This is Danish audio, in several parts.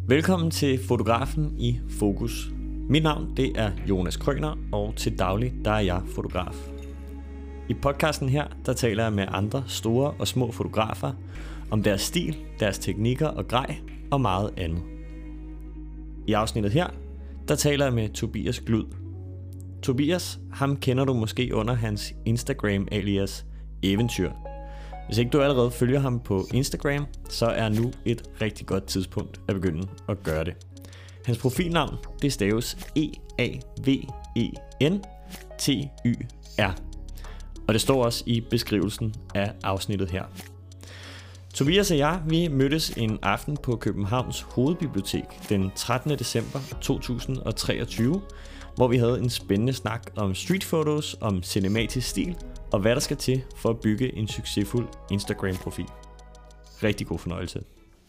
Velkommen til Fotografen i Fokus. Mit navn det er Jonas Krøner, og til daglig der er jeg fotograf. I podcasten her der taler jeg med andre store og små fotografer om deres stil, deres teknikker og grej og meget andet. I afsnittet her der taler jeg med Tobias Glud. Tobias, ham kender du måske under hans Instagram alias Eventyr. Hvis ikke du allerede følger ham på Instagram, så er nu et rigtig godt tidspunkt at begynde at gøre det. Hans profilnavn, det staves EAVENTYR. Og det står også i beskrivelsen af afsnittet her. Tobias og jeg, vi mødtes en aften på Københavns Hovedbibliotek den 13. december 2023, hvor vi havde en spændende snak om streetphotos, om cinematisk stil, og hvad der skal til for at bygge en succesfuld Instagram-profil. Rigtig god fornøjelse.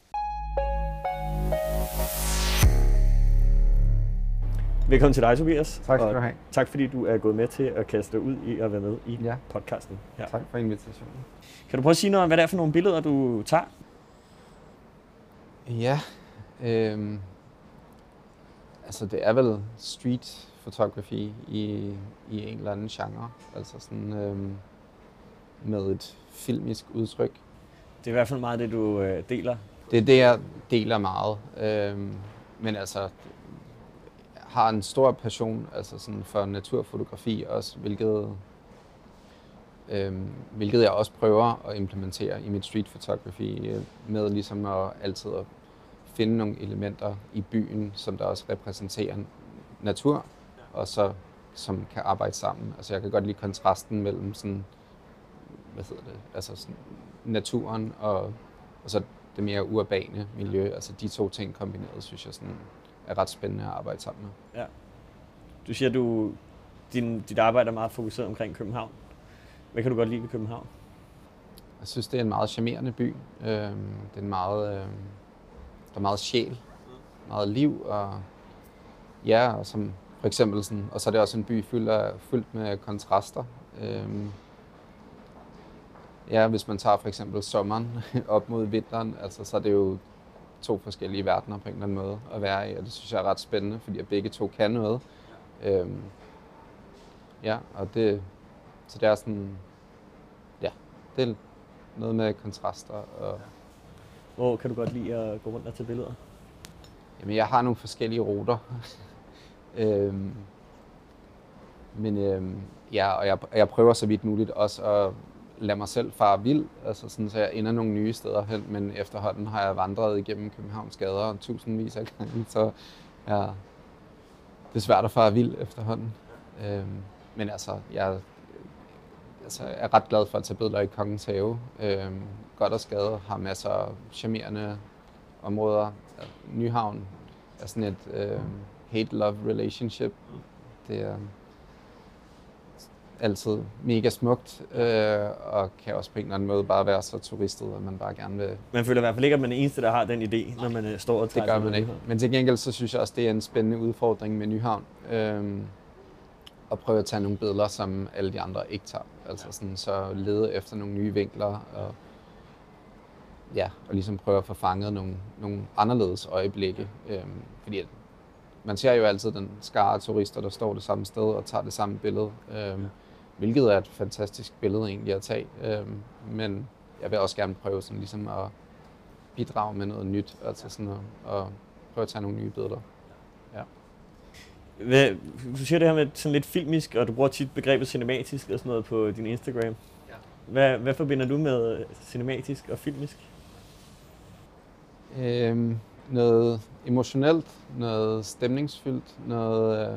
Velkommen til dig, Tobias. Tak skal du have. Tak fordi du er gået med til at kaste dig ud i at være med i podcasten. Ja. Tak for invitationen. Kan du prøve at sige noget om, hvad det er for nogle billeder, du tager? Ja, altså det er vel street fotografi i en eller anden genre, altså sådan med et filmisk udtryk. Det er i hvert fald meget det, du deler. Det er det, jeg deler meget, men altså jeg har en stor passion altså sådan for naturfotografi også, hvilket jeg også prøver at implementere i mit streetfotografi med ligesom at altid at finde nogle elementer i byen, som der også repræsenterer natur, og så som kan arbejde sammen. Altså jeg kan godt lide kontrasten mellem sådan, altså sådan naturen og så det mere urbane miljø. Altså de to ting kombineret, synes jeg sådan er ret spændende at arbejde sammen med. Ja. Du siger, dit arbejde er meget fokuseret omkring København. Hvad kan du godt lide ved København? Jeg synes, det er en meget charmerende by. Det er en meget, der er meget sjæl, meget liv, og ja, og som for eksempel sådan, og så er det også en by fyldt med kontraster. Ja, hvis man tager for eksempel sommeren op mod vinteren, altså så er det jo to forskellige verdener på en eller anden måde at være i, og det synes jeg er ret spændende, fordi begge to kan noget. Ja, og så det er sådan, ja, det er noget med kontraster. Og hvor kan du godt lide at gå rundt og tage billeder? Jamen, jeg har nogle forskellige ruter. Ja, og jeg prøver så vidt muligt også at lade mig selv fare vild, altså sådan, så jeg ender nogle nye steder hen, men efterhånden har jeg vandret igennem Københavns gader tusindvis af gange, så ja, det er svært at fare vild efterhånden. Men altså, jeg er ret glad for at tage billeder i Kongens Have. Gothersgade har masser af charmerende områder. Nyhavn er sådan et hate-love relationship. Det er altid mega smukt, og kan også på en eller anden måde bare være så turistet, at man bare gerne vil. Man føler i hvert fald ikke, at man er den eneste, der har den idé, når man står og tager. Det gør man ikke. Men til gengæld så synes jeg også, det er en spændende udfordring med Nyhavn. At prøve at tage nogle billeder, som alle de andre ikke tager. Altså sådan, så lede efter nogle nye vinkler, og ja, og ligesom prøve at få fanget nogle anderledes øjeblikke. Fordi at man ser jo altid den skare af turister, der står det samme sted og tager det samme billede. Hvilket er et fantastisk billede egentlig at tage. Men jeg vil også gerne prøve sådan ligesom at bidrage med noget nyt, altså sådan at prøve at tage nogle nye billeder. Ja. Du siger det her med sådan lidt filmisk, og du bruger tit begrebet cinematisk og sådan noget på din Instagram. Ja. Hvad forbinder du med cinematisk og filmisk? Noget emotionelt, noget stemningsfyldt, noget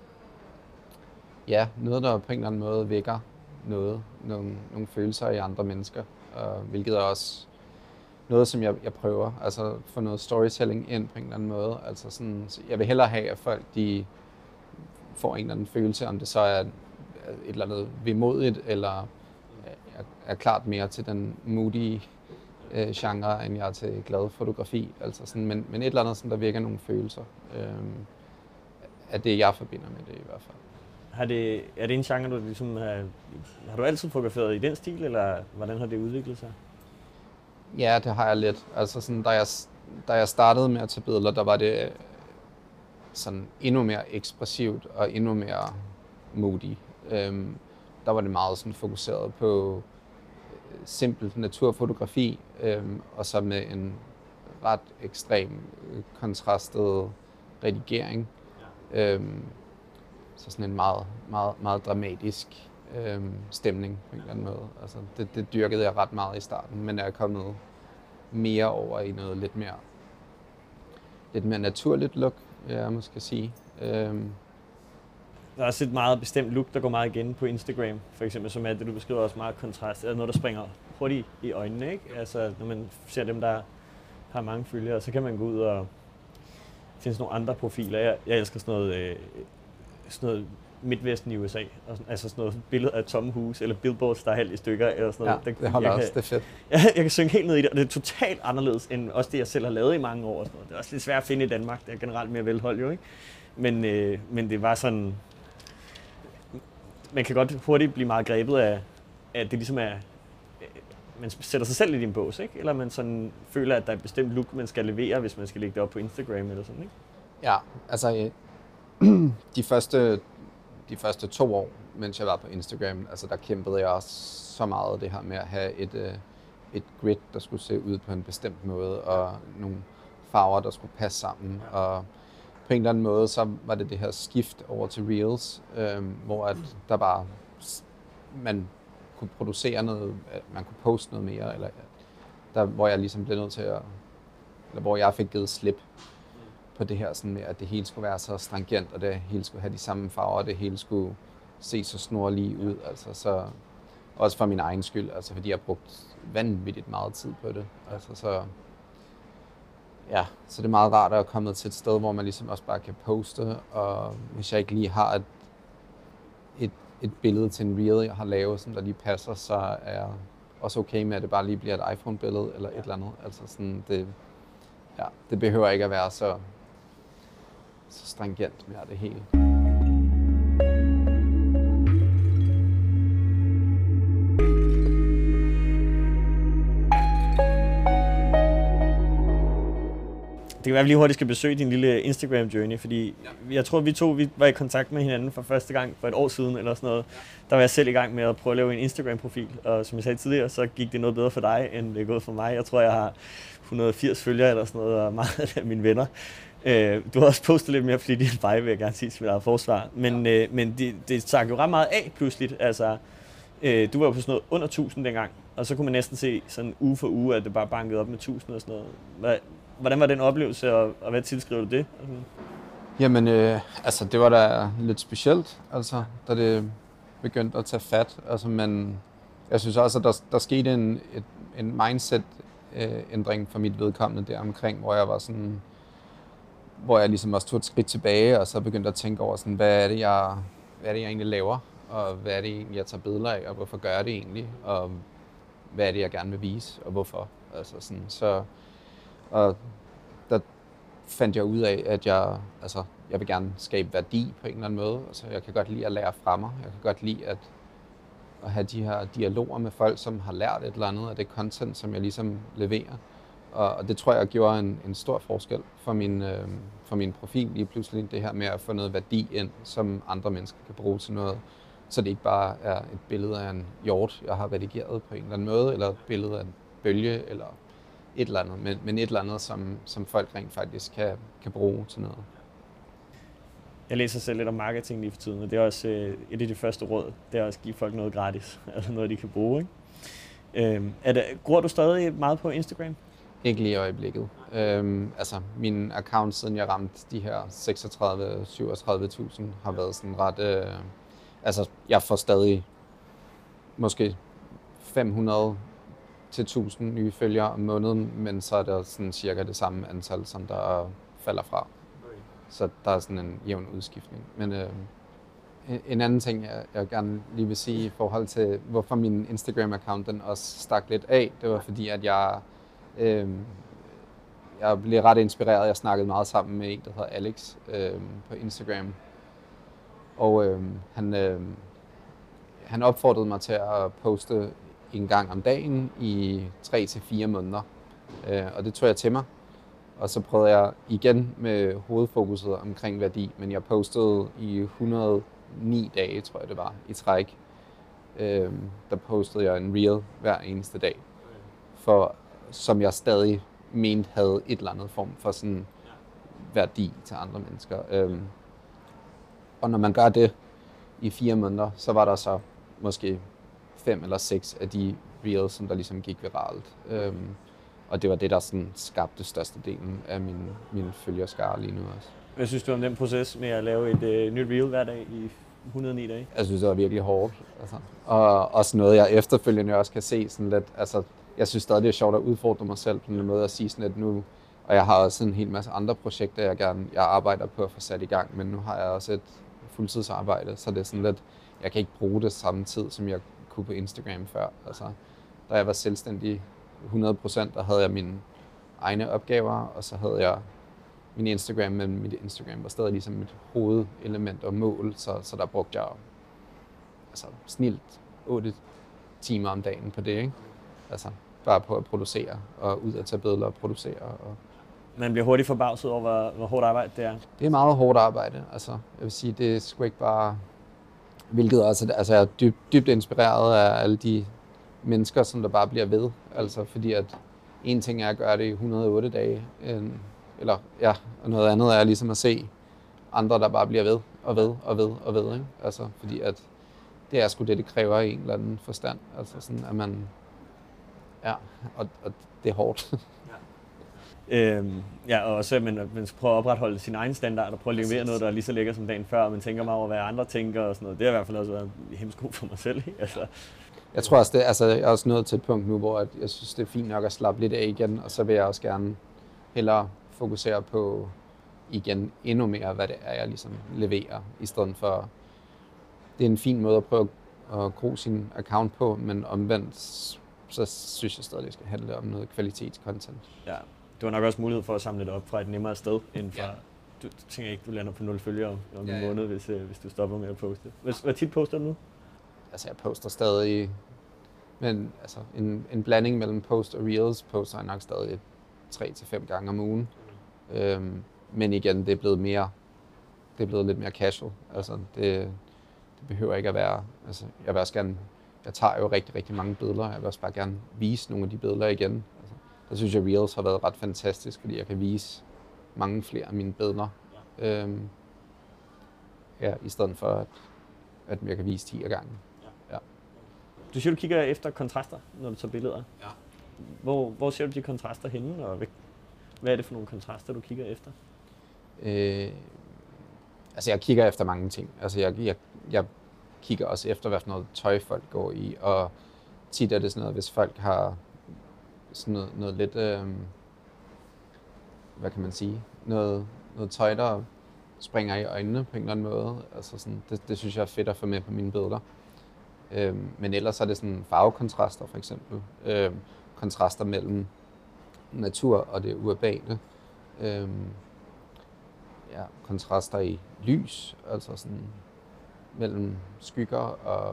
der på en eller anden måde vækker nogle følelser i andre mennesker, hvilket er også noget, som jeg prøver, altså få noget storytelling ind på en eller anden måde. Altså sådan, jeg vil hellere have, at folk de får en eller anden følelse, om det så er et eller andet vemodigt, eller er klart mere til den moody genre, end jeg er til glad fotografi. Altså sådan, men et eller andet, som der virker nogle følelser, er det, jeg forbinder med det i hvert fald. Er det en genre, du ligesom har du altid fotograferet i den stil, eller hvordan har det udviklet sig? Ja, det har jeg lidt. Altså sådan, da da jeg startede med at tage billeder, der var det sådan endnu mere ekspressivt og endnu mere moody. Der var det meget sådan fokuseret på simpelt naturfotografi, og så med en ret ekstrem kontrastet redigering. Så sådan en meget, meget, meget dramatisk stemning på en eller anden måde. Altså, det dyrkede jeg ret meget i starten, men jeg er kommet mere over i noget lidt mere naturligt look, jeg måske sige. Der er også et meget bestemt look, der går meget igen på Instagram, for eksempel, som er det, du beskriver også meget kontrast. Er noget, der springer hurtigt i øjnene, ikke? Altså, når man ser dem, der har mange følgere, så kan man gå ud og finde sådan nogle andre profiler. Jeg elsker sådan noget Midtvesten i USA, altså sådan noget billede af tomme huse, eller billboards, der er halvt i stykker, eller sådan noget. Ja, det holder også, det er fedt. Jeg kan synge helt ned i det, og det er totalt anderledes, end også det, jeg selv har lavet i mange år. Og sådan noget. Det er også lidt svært at finde i Danmark, det er generelt mere velholdt jo, ikke? Men det var sådan, man kan godt hurtigt blive meget grebet af, at det ligesom er, man sætter sig selv lidt i en bås, ikke? Eller man sådan føler, at der er et bestemt look, man skal levere, hvis man skal lægge det op på Instagram eller sådan, ikke? Ja, altså de første 2 år, mens jeg var på Instagram, altså der kæmpede jeg også så meget det her med at have et grid, der skulle se ud på en bestemt måde, og nogle farver, der skulle passe sammen. Og på en eller anden måde, så var det her skift over til Reels, hvor at der bare, man kunne producere noget, man kunne poste noget mere, eller der, hvor jeg ligesom blev nødt til at, eller hvor jeg fik givet slip på det her, sådan med, at det hele skulle være så stringent, og det hele skulle have de samme farver, og det hele skulle se så snorlige ud, altså så også for min egen skyld, altså fordi jeg har brugt vanvittigt meget tid på det, altså så ja, så det er meget rart at komme til et sted, hvor man ligesom også bare kan poste, og hvis jeg ikke lige har et billede til en reel, jeg har lavet, som der lige passer, så er jeg også okay med, at det bare lige bliver et iPhone-billede eller et eller andet, altså sådan det behøver ikke at være så stringent med det hele. Det kan være, at vi lige hurtigt skal besøge din lille Instagram-journey, fordi jeg tror, vi var i kontakt med hinanden for første gang for et år siden eller sådan noget. Der var jeg selv i gang med at prøve at lave en Instagram-profil, og som jeg sagde tidligere, så gik det noget bedre for dig, end det er gået for mig. Jeg tror, jeg har 180 følgere eller sådan noget, og meget af mine venner. Du har også postet lidt mere, fordi det er bare, vil jeg gerne sige til mit eget forsvar. Men det stak jo ret meget af pludseligt. Altså, du var jo på sådan noget under 1000 dengang, og så kunne man næsten se sådan uge for uge, at det bare bankede op med 1000 og sådan noget. Hvordan var den oplevelse, og hvad tilskriver du det? Jamen, altså det var da lidt specielt, altså, da det begyndte at tage fat. Altså, men jeg synes også, at der skete en mindset-ændring for mit vedkommende der omkring, hvor jeg var sådan, hvor jeg ligesom også tog et skridt tilbage, og så begyndte at tænke over sådan, hvad er det jeg egentlig laver, og hvad er det egentlig, jeg tager billeder af, og hvorfor gør jeg det egentlig, og hvad er det, jeg gerne vil vise, og hvorfor. Altså sådan, så og der fandt jeg ud af, at jeg vil gerne skabe værdi på en eller anden måde. Altså, jeg kan godt lide at lære fra mig. Jeg kan godt lide at have de her dialoger med folk, som har lært et eller andet af det content, som jeg ligesom leverer. Og det tror jeg gjorde en stor forskel for min profil lige pludselig. Det her med at få noget værdi ind, som andre mennesker kan bruge til noget. Så det ikke bare er et billede af en hjort, jeg har redigeret på en eller anden måde, eller et billede af en bølge, eller et eller andet, men et eller andet, som folk rent faktisk kan bruge til noget. Jeg læser selv lidt om marketing lige for tiden, og det er også et af de første råd, det er også at give folk noget gratis, altså noget, de kan bruge, ikke? Går du stadig meget på Instagram? Ikke lige i øjeblikket. Altså, min account, siden jeg ramte de her 36-37.000, har været sådan ret... altså, jeg får stadig måske 500 til 1000 nye følgere om måneden, men så er der sådan cirka det samme antal, som der falder fra. Okay. Så der er sådan en jævn udskiftning. Men en anden ting, jeg gerne lige vil sige i forhold til, hvorfor min Instagram-account den også stak lidt af, det var fordi, at jeg blev ret inspireret. Jeg snakkede meget sammen med en, der hedder Alex på Instagram. Og han opfordrede mig til at poste en gang om dagen i 3 til 4 måneder. Og det tog jeg til mig. Og så prøvede jeg igen med hovedfokuset omkring værdi, men jeg postede i 109 dage, tror jeg det var, i træk. Der postede jeg en reel hver eneste dag, som jeg stadig mente havde et eller andet form for sådan værdi til andre mennesker. Og når man gør det i 4 måneder, så var der så måske 5 eller 6 af de reels, som der ligesom gik viralt. Og det var det, der sådan skabte størstedelen af min følgerskare lige nu også. Hvad synes du om den proces med at lave et nyt reel hver dag i 109 dage? Jeg synes, det var virkelig hårdt. Altså. Og også noget, jeg efterfølgende også kan se sådan lidt. Altså, jeg synes stadig, det er sjovt at udfordre mig selv på en måde at sige sådan lidt nu. Og jeg har også en hel masse andre projekter, jeg arbejder på at få sat i gang. Men nu har jeg også et fuldtidsarbejde, så det er sådan lidt, jeg kan ikke bruge det samme tid, som jeg kunne på Instagram før. Altså, da jeg var selvstændig 100%, der havde jeg mine egne opgaver, og så havde jeg min Instagram, men mit Instagram var stadig ligesom mit hovedelement og mål, så der brugte jeg altså snilt 8 timer om dagen på det, ikke? Altså bare på at producere, og ud at tage billeder og producere. Og man bliver hurtigt forbavset over, hvor hårdt arbejde det er. Det er meget hårdt arbejde, altså. Jeg vil sige, det er sgu ikke bare, hvilket også, altså jeg er dybt inspireret af alle de mennesker, som der bare bliver ved, altså fordi at en ting er at gøre det i 108 dage, og noget andet er ligesom at se andre, der bare bliver ved og ved og ved og ved, ikke? Altså fordi at det er sgu det kræver i en eller anden forstand, altså sådan at man, og det er hårdt. Og også at man skal prøve at opretholde sin egen standard og prøve at levere noget, der er lige så lækker som dagen før, og man tænker meget over, hvad andre tænker og sådan noget. Det har i hvert fald også været hemsko for mig selv, ikke? Altså. Jeg tror også, jeg er også nået til et punkt nu, hvor jeg synes, det er fint nok at slappe lidt af igen, og så vil jeg også gerne hellere fokusere på igen endnu mere, hvad det er, jeg ligesom leverer, i stedet for, det er en fin måde at prøve at gro sin account på, men omvendt, så synes jeg stadig, det skal handle om noget kvalitetscontent. Ja, du har nok også mulighed for at samle det op fra et nemmere sted, end fra, du tænker ikke, du lander på 0 følgere om en måned, hvis du stopper med at poste. Hvor tit poster du nu? Altså, jeg poster stadig, men altså, en blanding mellem post og reels poster jeg nok stadig 3-5 gange om ugen. Men igen, det er blevet lidt mere casual. Altså, det behøver ikke at være, altså, jeg tager jo rigtig, rigtig mange billeder. Jeg vil også bare gerne vise nogle af de billeder igen. Altså, der synes jeg, reels har været ret fantastisk, fordi jeg kan vise mange flere af mine billeder. I stedet for, at jeg kan vise 10 gange. Ja. Du siger, du kigger efter kontraster, når du tager billeder. Ja. Hvor ser du de kontraster henne, og hvad er det for nogle kontraster, du kigger efter? Altså, jeg kigger efter mange ting. Altså, jeg kigger også efter, hvad for noget tøj folk går i, og tit er det sådan noget, hvis folk har sådan noget lidt, hvad kan man sige, noget tøj, der springer i øjnene på en eller anden måde. Altså sådan, det synes jeg er fedt at få med på mine billeder. Men ellers er det sådan farvekontraster for eksempel. Kontraster mellem natur og det urbane. Kontraster i lys, altså sådan mellem skygger og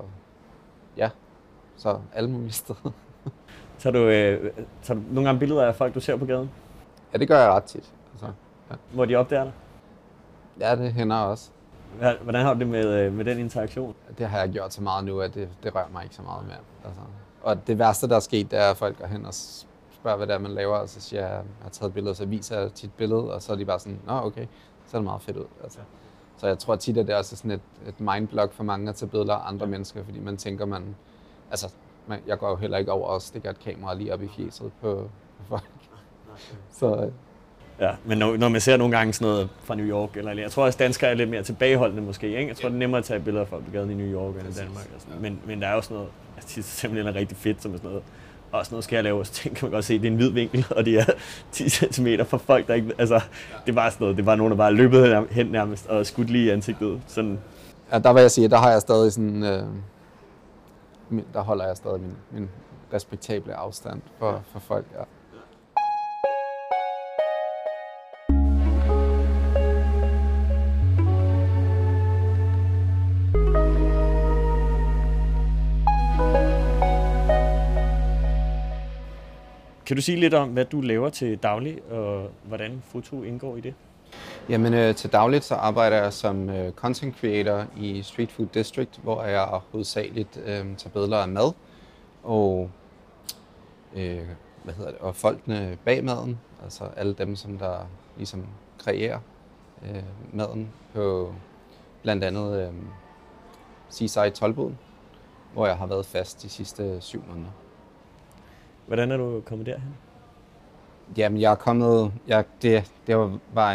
så alle mulige steder. Tager du nogle gange billeder af folk, du ser på gaden? Ja, det gør jeg ret tit. Altså, ja. Hvor de opdager dig? Ja, det hænder også. Hvordan har du det med den interaktion? Det har jeg gjort så meget nu, at det rører mig ikke så meget mere. Altså. Og det værste, der er sket, det er, at folk går hen og spørger, hvad det er, man laver, og så siger jeg har taget et billede, så viser jeg tit billede, og så er de bare sådan, nå okay, så er det meget fedt ud. Altså. Så jeg tror tit, at det er også sådan et mindblock for mange at tage billeder af andre mennesker, fordi man tænker, jeg går jo heller ikke over og stikker et kamera lige op i fjeset på folk. Så, ja, men når man ser nogle gange sådan noget fra New York, eller jeg tror også, danskere er lidt mere tilbageholdende måske, ikke? Jeg tror, det er nemmere at tage billeder fra gaden i New York end i Danmark. Og sådan. Men der er jo sådan noget, det er simpelthen rigtig fedt, som er sådan noget, og sådan noget skal jeg lave, så kan man godt se, at det er en hvid vinkel, og det er 10 cm for folk, der ikke, altså, det er bare sådan noget, det var nogen, der bare løbet hen nærmest og skudt lige i ansigtet. Sådan. Ja, der vil jeg sige, der har jeg stadig sådan, der holder jeg stadig min respektable afstand for folk, ja. Kan du sige lidt om, hvad du laver til daglig, og hvordan foto indgår i det? Jamen til dagligt så arbejder jeg som content creator i Street Food District, hvor jeg hovedsageligt tager billeder af mad og og folkene bag maden, altså alle dem, som der ligesom kreerer maden på blandt andet Seaside Toldboden, hvor jeg har været fast de sidste 7 måneder. Hvordan er du kommet derhen? Jamen, jeg er kommet... Det var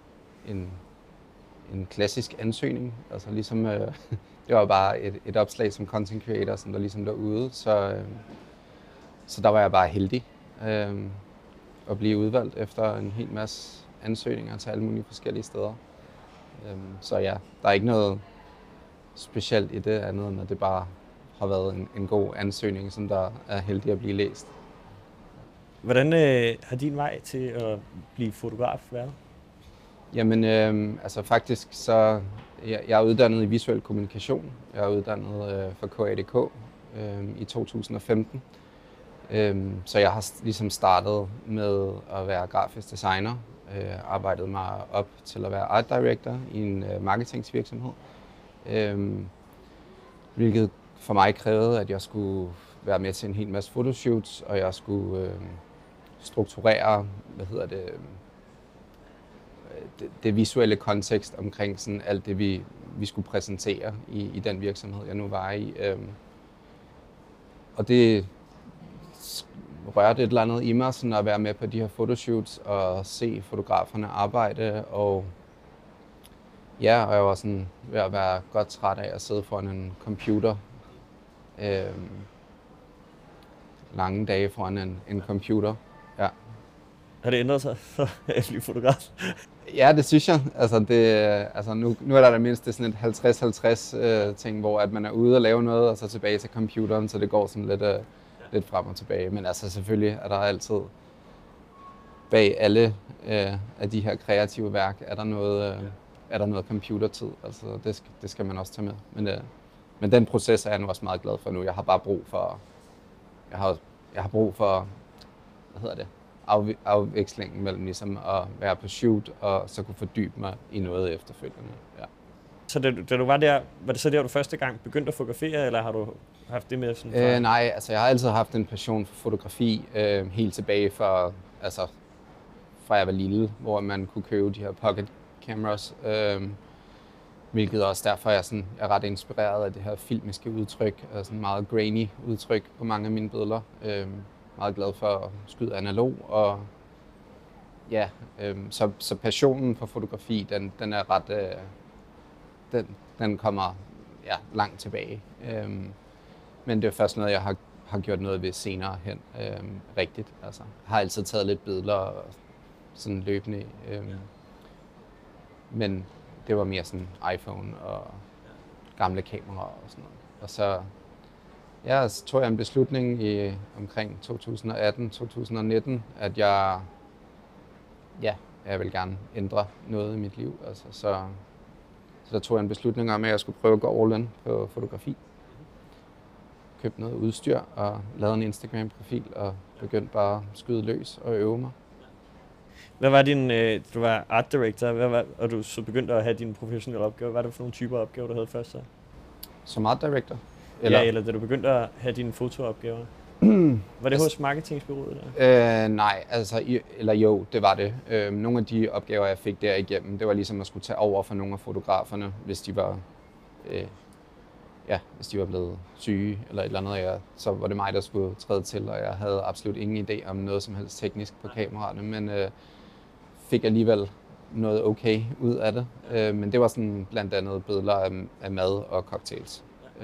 en klassisk ansøgning. Altså ligesom... det var bare et opslag som content creator, som der ligesom derude. Så der var jeg bare heldig at blive udvalgt efter en hel masse ansøgninger til alle mulige forskellige steder. Så ja, der er ikke noget specielt i det andet, end at det bare har været en god ansøgning, som der er heldig at blive læst. Hvordan har din vej til at blive fotograf været? Jamen, altså faktisk så... Jeg er uddannet i visuel kommunikation. Jeg er uddannet for KADK i 2015. Så jeg har ligesom startet med at være grafisk designer. Arbejdet mig op til at være art director i en marketingsvirksomhed. Hvilket for mig krævede, at jeg skulle være med til en hel masse fotoshoots, og jeg skulle strukturere, det visuelle kontekst omkring sådan alt det, vi skulle præsentere i den virksomhed, jeg nu var i. Og det rørte et eller andet i mig, sådan at være med på de her fotoshoots og se fotograferne arbejde. Og ja, og jeg var sådan ved at være godt træt af at sidde foran en computer. Lange dage foran en computer. Ja. Har det ændret sig for at blive fotograf? Ja, det synes jeg. Altså, nu er der det mindste sådan et 50-50 ting, hvor at man er ude og lave noget, og så tilbage til computeren, så det går sådan lidt frem og tilbage. Men altså selvfølgelig er der altid bag alle af de her kreative værk, er der noget computertid. Altså det skal man også tage med. Men den proces er jeg nu også meget glad for nu. Jeg har bare brug for, jeg har brug for, afvekslingen mellem ligesom at være på shoot og så kunne fordybe mig i noget efterfølgende. Ja. Så da du var der, var det så der, du første gang begyndte at fotografere, eller har du haft det med sådan? Nej, altså jeg har altid haft en passion for fotografi, helt tilbage fra jeg var lille, hvor man kunne købe de her pocket cameras. Hvilket også derfor jeg er ret inspireret af det her filmiske udtryk, og sådan meget grainy udtryk på mange af mine billeder. Meget glad for at skyde analog, og ja, så passionen for fotografi, den er ret, den kommer langt tilbage. Men det er først noget, jeg har gjort noget ved senere hen, rigtigt. Altså, jeg har altid taget lidt billeder og sådan løbende, men det var mere sådan iPhone og gamle kameraer og sådan noget. Og så tog jeg en beslutning i omkring 2018-2019, at jeg vil gerne ændre noget i mit liv. Altså, så der tog jeg en beslutning om, at jeg skulle prøve at gå all in på fotografi. Købte noget udstyr og lavede en Instagram-profil og begyndte bare at skyde løs og øve mig. Hvad var du var art director, og du så begyndte at have dine professionelle opgaver. Hvad var det for nogle typer opgaver, du havde først så? Som art director? Eller da du begyndte at have dine fotoopgaver. Var det hos marketingsbureauet der? Nej, jo, det var det. Nogle af de opgaver, jeg fik derigennem, det var ligesom at skulle tage over for nogle af fotograferne, hvis de var, hvis de var blevet syge eller et eller andet. Så var det mig, der skulle træde til, og jeg havde absolut ingen idé om noget som helst teknisk på kameraerne, men fik alligevel noget okay ud af det. Men det var sådan blandt andet billeder af mad og cocktails.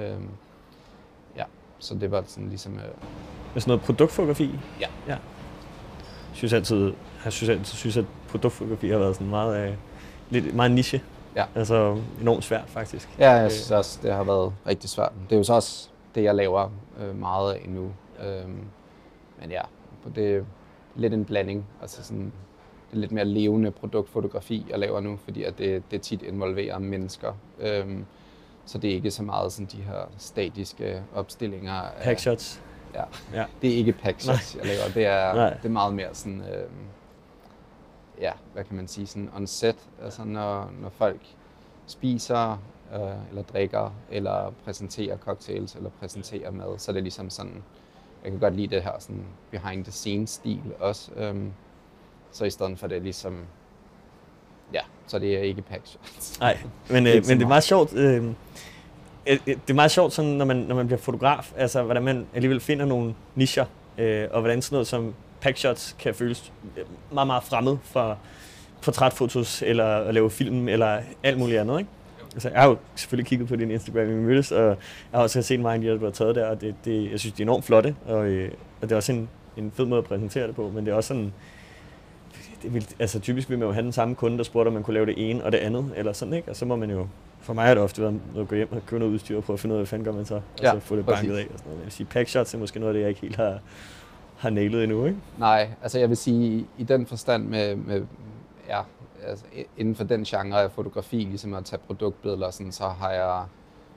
Så det var sådan ligesom... Med sådan noget produktfotografi? Ja. Jeg synes altid, at produktfotografi har været sådan meget niche. Ja. Altså enormt svært faktisk. Ja, jeg synes også, det har været rigtig svært. Det er jo så også det, jeg laver meget af nu. Men ja, det er lidt en blanding. Altså sådan, det er lidt mere levende produktfotografi, jeg laver nu, fordi at det tit involverer mennesker. Så det er ikke så meget sådan de her statiske opstillinger. Packshots? Ja. Det er ikke packshots, jeg laver. Det er meget mere sådan, hvad kan man sige, sådan on set. Altså når folk spiser, eller drikker, eller præsenterer cocktails, eller præsenterer mad, så er det ligesom sådan, jeg kan godt lide det her sådan behind the scenes stil også. Så i stedet for det ligesom, så det er ikke packshots. Nej, men det er meget sjovt. Det er meget sjovt, sådan, når man bliver fotograf, altså hvordan man alligevel finder nogle nicher, og hvordan sådan noget som packshots kan føles meget, meget fremmed fra portrætfotos, eller at lave film, eller alt muligt andet, ikke? Altså, jeg har jo selvfølgelig kigget på din Instagram, vi mødtes, og jeg har også set mange af de, du har taget der, og jeg synes, de er enormt flotte, og det er også en fed måde at præsentere det på, men det er også sådan, altså typisk vil man jo have den samme kunde, der spurgte, om man kunne lave det ene og det andet, eller sådan, ikke? Og så må man jo, for mig har det ofte været at gå hjem og købe noget udstyr og prøve at finde ud af, hvad fanden gør man så, og så få det banket af og sådan noget. Jeg vil sige, packshots er måske noget af det, jeg ikke helt har nailet endnu, ikke? Nej, altså jeg vil sige, i den forstand med altså inden for den genre af fotografi, ligesom at tage produktbilleder, sådan, så har jeg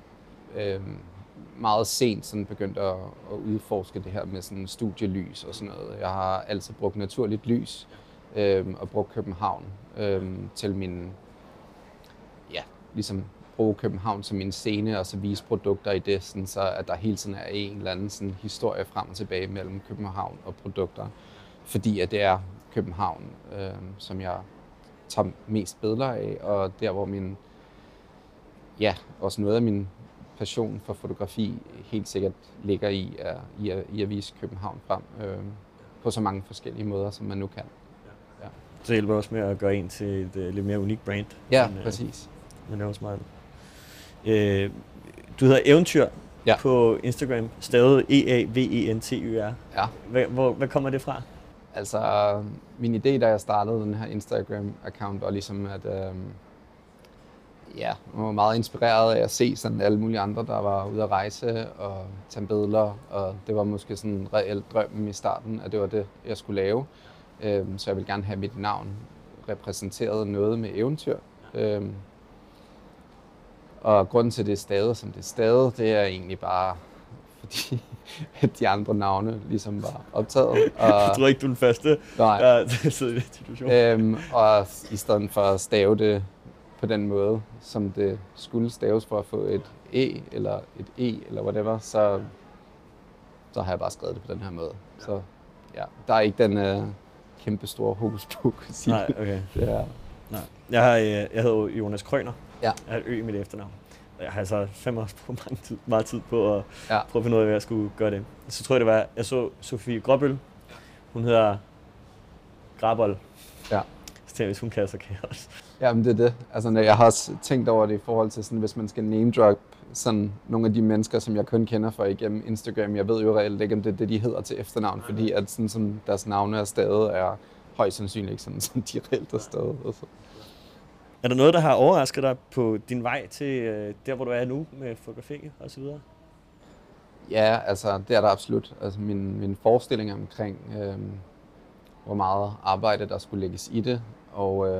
meget sent sådan begyndt at udforske det her med sådan studielys og sådan noget. Jeg har altid brugt naturligt lys og brugt København til min, ligesom bruge København som min scene og så vise produkter i det, sådan, så at der hele tiden er en eller anden sådan historie frem og tilbage mellem København og produkter, fordi at det er København, som jeg tager mest billeder af, og der hvor også noget af min passion for fotografi helt sikkert ligger i at vise København frem på så mange forskellige måder, som man nu kan. Ja. Så hjælper også med at gøre en til et lidt mere unikt brand. Ja, præcis. Men det er også meget. Du hedder Eventyr på Instagram, stavet EAVENTYR. Ja. Hvad kommer det fra? Altså, min idé, da jeg startede den her Instagram-account, var ligesom, at jeg var meget inspireret af at se sådan alle mulige andre, der var ude at rejse og tage billeder, og det var måske sådan en reelt drømmen i starten, at det var det, jeg skulle lave. Så jeg ville gerne have mit navn repræsenteret noget med eventyr. Og grunden til, det er stadig, som det er stadig, det er egentlig bare fordi at de andre navne ligesom var optaget. Og jeg tror ikke, du er den første, der sidder i den situation. Og i stedet for at stave det på den måde, som det skulle staves for at få et E eller et E eller whatever, så har jeg bare skrevet det på den her måde. Så ja, der er ikke den kæmpe store hokus pokus i. Nej, okay. Det er... Nej. Jeg hedder Jonas Krøner. Ja. Jeg har et Ø i mit efternavn. Jeg har altså fandme også brugt meget tid på at prøve at finde ud af, hvad jeg skulle gøre det. Så tror jeg, jeg så Sofie Gråbøl. Hun hedder Grabold. Ja. Så tænker jeg, hvis hun kan, så kan jeg også. Ja, men det er det. Altså, jeg har også tænkt over det i forhold til, sådan, hvis man skal name drop sådan nogle af de mennesker, som jeg kun kender fra igennem Instagram. Jeg ved jo reelt ikke, om det er det, de hedder til efternavn, fordi at sådan, som deres navne er stadig, er højst sandsynligt ikke sådan, som de reelt er stadig. Altså. Er der noget, der har overrasket dig på din vej til der, hvor du er nu med fotografi og så videre? Ja, altså det er der absolut. Altså min forestilling omkring, hvor meget arbejde der skulle lægges i det, og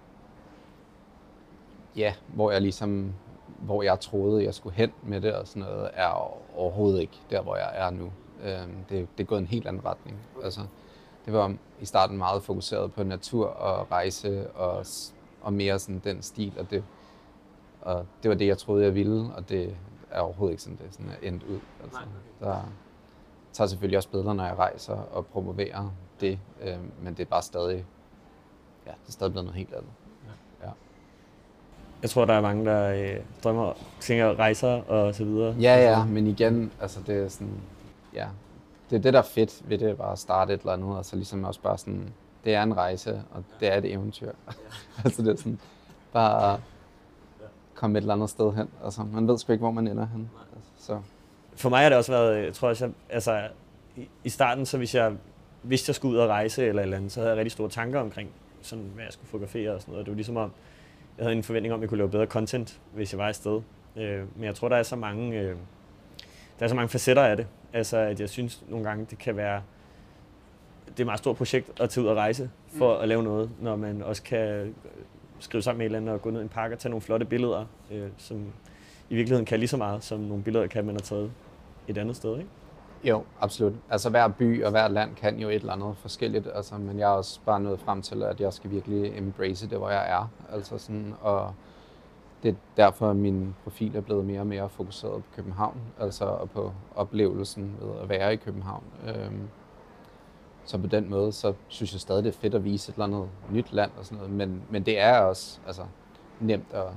hvor jeg troede, jeg skulle hen med det og sådan noget, er overhovedet ikke der, hvor jeg er nu. Det er gået en helt anden retning. Altså, det var i starten meget fokuseret på natur og rejse og mere sådan den stil, og det var det, jeg troede, jeg ville, og det er overhovedet ikke sådan, det sådan er endt ud. Altså, der tager selvfølgelig også billeder, når jeg rejser og promoverer det, men det er bare stadig, det er stadig blevet noget helt andet. Ja. Jeg tror, der er mange, der drømmer, tænker rejser og så videre. Ja, men igen, altså det er sådan, det er det, der er fedt ved det, bare at starte et eller andet, og så ligesom også bare sådan, det er en rejse, og det er et eventyr. Altså det er sådan, bare komme et eller andet sted hen. Altså man ved sgu ikke, hvor man ender hen. Altså, så. For mig har det også været, jeg tror også, altså i starten, så hvis jeg skulle ud og rejse eller et eller andet, så havde jeg rigtig store tanker omkring, sådan, hvad jeg skulle fotografere og sådan noget. Det var ligesom om, jeg havde en forventning om, at jeg kunne lave bedre content, hvis jeg var et sted. Men jeg tror, der er så mange facetter af det. Altså, at jeg synes nogle gange, det kan være, det er et meget stort projekt at tage ud og rejse for at lave noget, når man også kan skrive sammen med et eller andet og gå ned i en park og tage nogle flotte billeder, som i virkeligheden kan lige så meget, som nogle billeder kan, man har taget et andet sted, ikke? Jo, absolut. Altså hver by og hver land kan jo et eller andet forskelligt, altså, men jeg er også bare nået frem til, at jeg skal virkelig embrace det, hvor jeg er. Altså sådan, og det er derfor, at min profil er blevet mere og mere fokuseret på København, altså og på oplevelsen ved at være i København. Så på den måde, så synes jeg stadig, det er fedt at vise et eller andet nyt land og sådan noget, men det er også altså, nemt at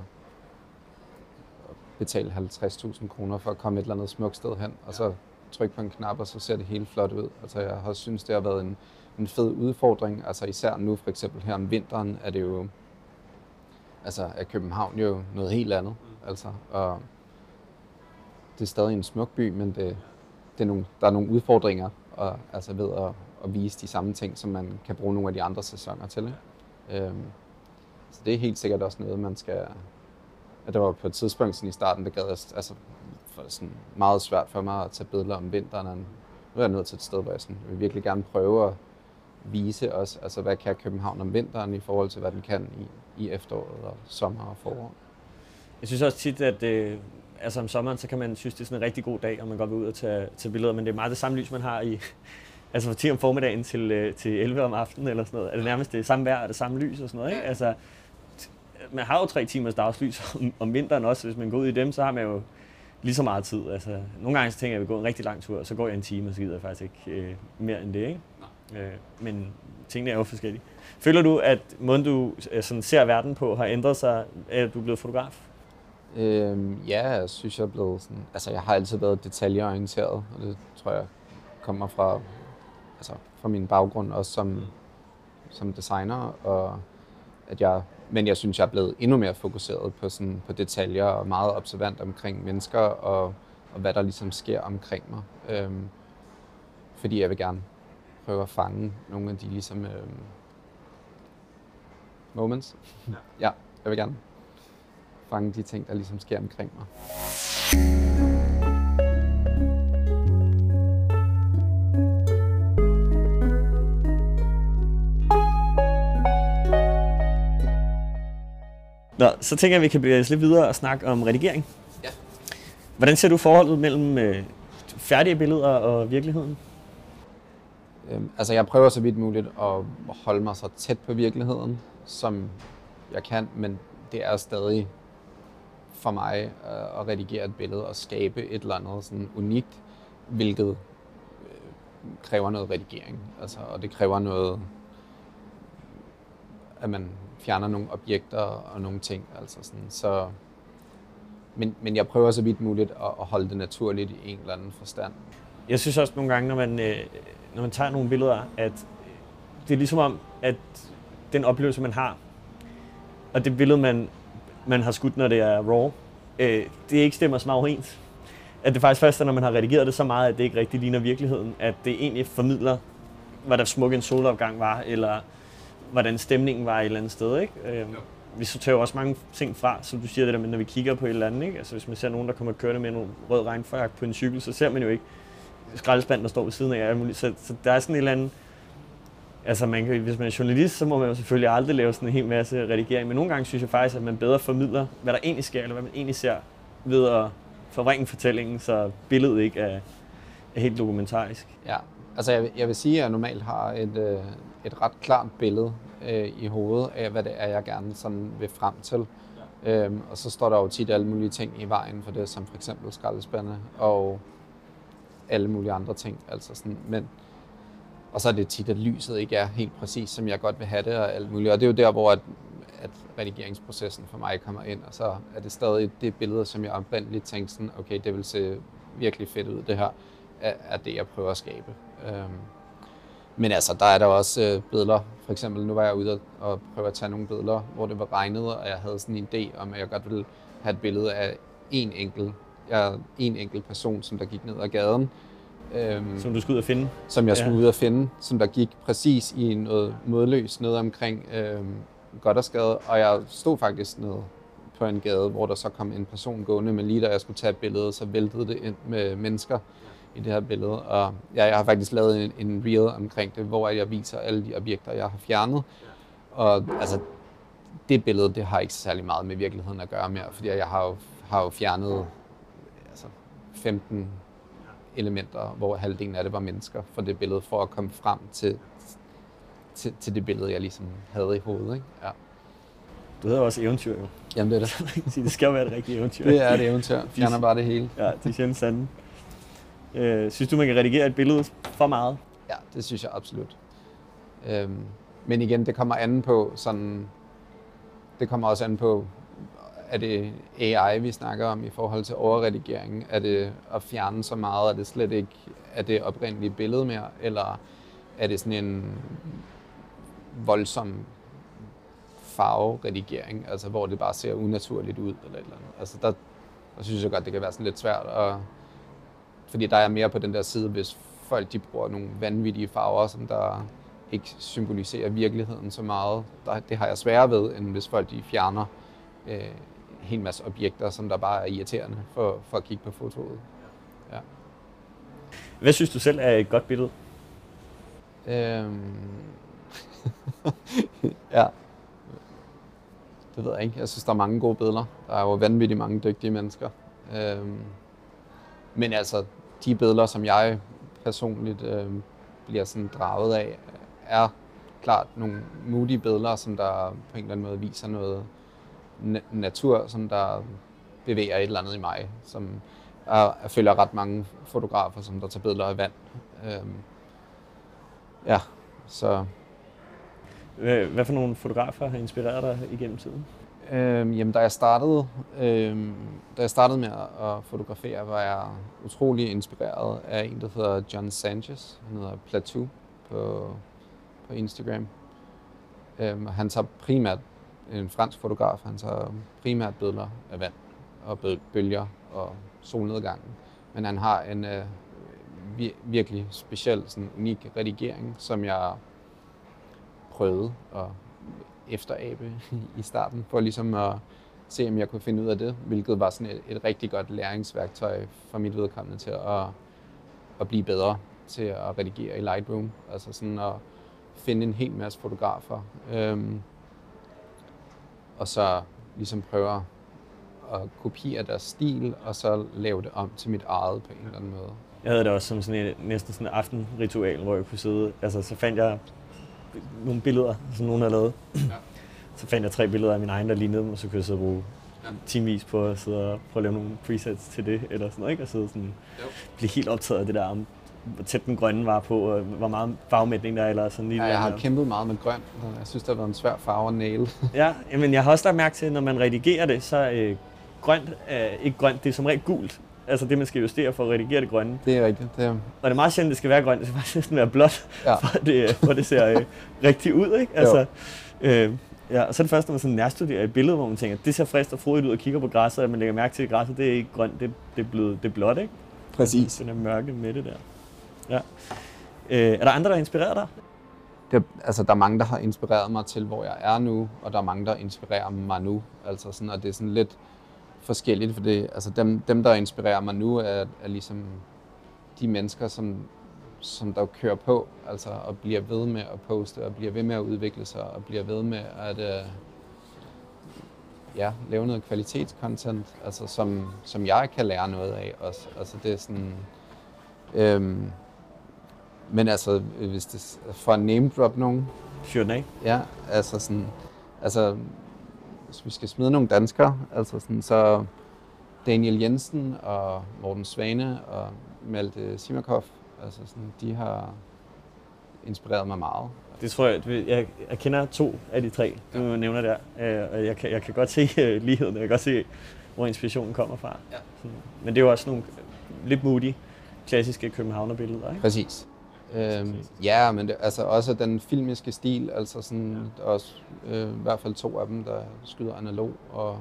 betale 50.000 kroner for at komme et eller andet smukt sted hen, og så trykke på en knap, og så ser det helt flot ud. Altså jeg har synes, det har været en fed udfordring, altså især nu for eksempel her om vinteren, er det jo, altså er København jo noget helt andet, altså, og det er stadig en smuk by, men det er der er nogle udfordringer, og, altså ved at vise de samme ting, som man kan bruge nogle af de andre sæsoner til. Så det er helt sikkert også noget, man skal. At der var på et tidspunkt sådan i starten, det gad altså sådan meget svært for mig at tage billeder om vinteren. Nu er jeg nået til et sted, hvor jeg sådan, vil virkelig gerne prøve at vise os, altså hvad kan København om vinteren i forhold til, hvad den kan i efteråret og sommer og forår. Jeg synes også tit, at altså om sommeren, så kan man synes, det er sådan en rigtig god dag, og man godt vil ud og tage billeder, men det er meget det samme lys, man har i, altså fra 10 om formiddagen til 11 om aftenen eller sådan noget. Er det nærmest det samme vejr og det samme lys og sådan noget, ikke? Altså, man har jo 3 timers dagslys om vinteren også, hvis man går ud i dem, så har man jo lige så meget tid. Altså, nogle gange så tænker jeg, at jeg vil gå en rigtig lang tur, og så går jeg en time, og så gider jeg faktisk ikke mere end det, ikke? Men tingene er jo forskellige. Føler du, at måden du sådan ser verden på har ændret sig, at du er blevet fotograf? Ja, jeg synes, jeg er blevet sådan. Altså, jeg har altid været detaljeorienteret, og det tror jeg kommer fra min baggrund også som designer, og men jeg synes, jeg er blevet endnu mere fokuseret på detaljer og meget observant omkring mennesker og hvad der ligesom sker omkring mig. Fordi jeg vil gerne prøve at fange nogle af de ligesom moments. Ja, jeg vil gerne fange de ting, der ligesom sker omkring mig. Nå, så tænker jeg, at vi kan bevæge os lidt videre og snakke om redigering. Ja. Hvordan ser du forholdet mellem færdige billeder og virkeligheden? Altså jeg prøver så vidt muligt at holde mig så tæt på virkeligheden, som jeg kan, men det er stadig for mig at redigere et billede og skabe et eller andet sådan unikt, hvilket kræver noget redigering. Altså, og det kræver noget, at man fjerner nogle objekter og nogle ting. Altså sådan, så, men jeg prøver så vidt muligt at holde det naturligt i en eller anden forstand. Jeg synes også nogle gange, når man tager nogle billeder, at det er ligesom om, at den oplevelse, man har, og det billede, man har skudt, når det er raw, det ikke stemmer så meget overens. At det faktisk først er, når man har redigeret det så meget, at det ikke rigtig ligner virkeligheden, at det egentlig formidler, hvad der smuk en solopgang var, eller hvordan stemningen var et eller andet sted, ikke? Vi sorterer også mange ting fra, som du siger det der med, når vi kigger på et eller andet, ikke? Altså hvis man ser nogen, der kommer kørende med en rød regnfrakke på en cykel, så ser man jo ikke skraldespanden, der står ved siden af. Så der er sådan et eller andet. Altså hvis man er journalist, så må man jo selvfølgelig aldrig lave sådan en hel masse redigering, men nogle gange synes jeg faktisk, at man bedre formidler, hvad der egentlig sker, eller hvad man egentlig ser, ved at forvrænge fortællingen, så billedet ikke er helt dokumentarisk. Ja, altså jeg vil sige, at jeg normalt har et ret klart billede i hovedet af, hvad det er, jeg gerne sådan vil frem til. Ja. Og så står der jo tit alle mulige ting i vejen for det, som for eksempel skraldespande og alle mulige andre ting. Altså sådan, og så er det tit, at lyset ikke er helt præcis, som jeg godt vil have det og alt muligt. Og det er jo der, hvor at redigeringsprocessen for mig kommer ind, og så er det stadig det billede, som jeg oprindeligt tænkte sådan, okay, det vil se virkelig fedt ud, det her, er det, jeg prøver at skabe. Men altså, der er der også billeder. For eksempel, nu var jeg ude og prøve at tage nogle billeder, hvor det var regnet, og jeg havde sådan en idé om, at jeg godt ville have et billede af en enkelt person, som der gik ned ad gaden. Som du skulle ud og finde? Som jeg skulle ud og finde, som der gik præcis i noget modløs nede omkring Gothersgade, og jeg stod faktisk nede på en gade, hvor der så kom en person gående, men lige da jeg skulle tage et billede, så væltede det ind med mennesker i det her billede. Og ja, jeg har faktisk lavet en reel omkring det, hvor jeg viser alle de objekter, jeg har fjernet. Og altså, det billede, det har ikke særlig meget med virkeligheden at gøre mere, fordi jeg har jo fjernet 15 elementer, hvor halvdelen af det var mennesker for det billede, for at komme frem til det billede, jeg ligesom havde i hovedet. Ikke? Ja. Du hedder også eventyr, jo. Jamen, det er det. Det skal jo være et rigtigt eventyr. Det er et eventyr. Fjerner bare det hele. Ja, det er sjældent sande. Synes du, man kan redigere et billede for meget? Ja, det synes jeg absolut. Men igen, det kommer an på sådan... Det kommer også an på, er det AI, vi snakker om i forhold til overredigering? Er det at fjerne så meget, at det slet ikke er det oprindelige billede mere? Eller er det sådan en voldsom farveredigering, altså hvor det bare ser unaturligt ud eller et eller andet? Altså der synes jeg godt, det kan være sådan lidt svært, fordi der er mere på den der side, hvis folk de bruger nogle vanvittige farver, som der ikke symboliserer virkeligheden så meget. Det har jeg sværere ved, end hvis folk de fjerner en hel masse objekter, som der bare er irriterende for at kigge på fotoet. Ja. Hvad synes du selv er et godt billede? Ja. Det ved jeg ikke. Jeg synes, der er mange gode billeder. Der er jo vanvittigt mange dygtige mennesker. Men altså, de billeder, som jeg personligt bliver sådan draget af, er klart nogle modige billeder, som der på en eller anden måde viser noget natur, som der bevæger et eller andet i mig. Som jeg følger ret mange fotografer, som der tager billeder af vand. Ja, så... Hvad for nogle fotografer har inspireret dig igennem tiden? Jamen, da jeg startede med at fotografere, var jeg utrolig inspireret af en, der hedder John Sanchez. Han hedder Plateau på Instagram. Han tager primært, en fransk fotograf, han tager primært billeder af vand og bølger og solnedgangen. Men han har en virkelig speciel, sådan unik redigering, som jeg prøvede at efterabe i starten, for ligesom at se, om jeg kunne finde ud af det, hvilket var sådan et rigtig godt læringsværktøj for mit vedkommende til at blive bedre til at redigere i Lightroom. Altså sådan at finde en hel masse fotografer, og så ligesom prøve at kopiere deres stil, og så lave det om til mit eget på en eller anden måde. Jeg havde det også som sådan næsten sådan et aftenritual, hvor jeg kunne sidde, altså så fandt jeg nogle billeder, som nogen havde lavet. Ja. Så fandt jeg 3 billeder af min egen, der lignede dem, og så kunne jeg så bruge timevis på at sidde og prøve at lave nogle presets til det, eller sådan noget, ikke? Og sidde sådan, blive helt optaget af det der, om hvor tæt den grønne var på, og hvor meget farvemætning der er, eller sådan lige. Ja, jeg har kæmpet meget med grøn, og jeg synes, det har været en svær farve at næle. Ja, men jeg har også lagt mærke til, når man redigerer det, så grønt er ikke grønt, det er som regel gult. Altså det, man skal justere for at redigere det grønne. Det er rigtigt, det er. Og det er meget sjældent, det skal være grønt, det skal faktisk næsten være blåt, ja. for det ser rigtig ud, ikke? Altså, ja, og så er det først, når man sådan nærstuderer et billede, hvor man tænker, det ser frisk og frodigt ud og kigger på græsset, og man lægger mærke til, at græsset det er ikke grønt, det er blåt, ikke? Præcis. Den er mørke med det der. Ja. Er der andre, der inspirerer dig? Der er mange, der har inspireret mig til, hvor jeg er nu, og der er mange, der inspirerer mig nu. Altså sådan, og det er sådan lidt forskelligt, for det, altså dem, der inspirerer mig nu, er ligesom de mennesker, som der kører på, altså og bliver ved med at poste, og bliver ved med at udvikle sig, og bliver ved med at lave noget kvalitetscontent, altså som jeg kan lære noget af også. Altså det er sådan, men altså hvis det for at name drop nogen. Sure, nej. Ja, altså sådan, altså hvis vi skal smide nogle danskere, altså sådan, så Daniel Jensen og Morten Svane og Malte Simakov, altså sådan, de har inspireret mig meget. Det tror jeg kender 2 af de 3, du nævner der, og jeg kan godt se ligheden, jeg kan godt se, hvor inspirationen kommer fra. Ja. Men det er jo også nogle lidt moody, klassiske københavnerbilleder, ikke? Præcis. Ja, men det, altså også den filmiske stil, altså sådan, også i hvert fald 2 af dem, der skyder analog, og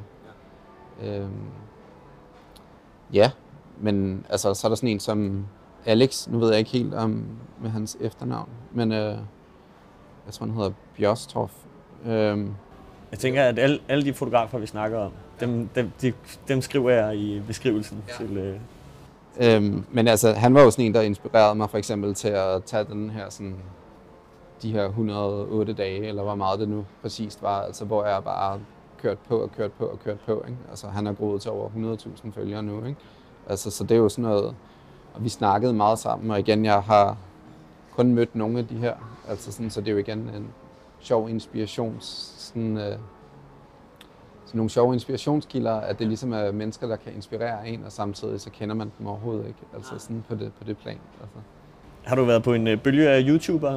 men altså så er der sådan en som Alex, nu ved jeg ikke helt om med hans efternavn, men jeg tror han hedder Bjørstorff. Jeg tænker, at alle de fotografer, vi snakker om, dem skriver jeg i beskrivelsen til. Men altså, han var jo sådan en, der inspirerede mig for eksempel til at tage den her sådan, de her 108 dage, eller hvor meget det nu præcist var, altså hvor jeg bare kørt på, ikke? Altså han er groet til over 100.000 følgere nu, ikke? Altså, så det er jo sådan noget, Og vi snakkede meget sammen, og igen, jeg har kun mødt nogle af de her, altså sådan, så det er jo igen en sjov sådan nogle sjove inspirationskilder, at det ligesom er mennesker, der kan inspirere en, og samtidig så kender man dem overhovedet ikke, altså sådan på det plan. Altså. Har du været på en bølge af YouTubere?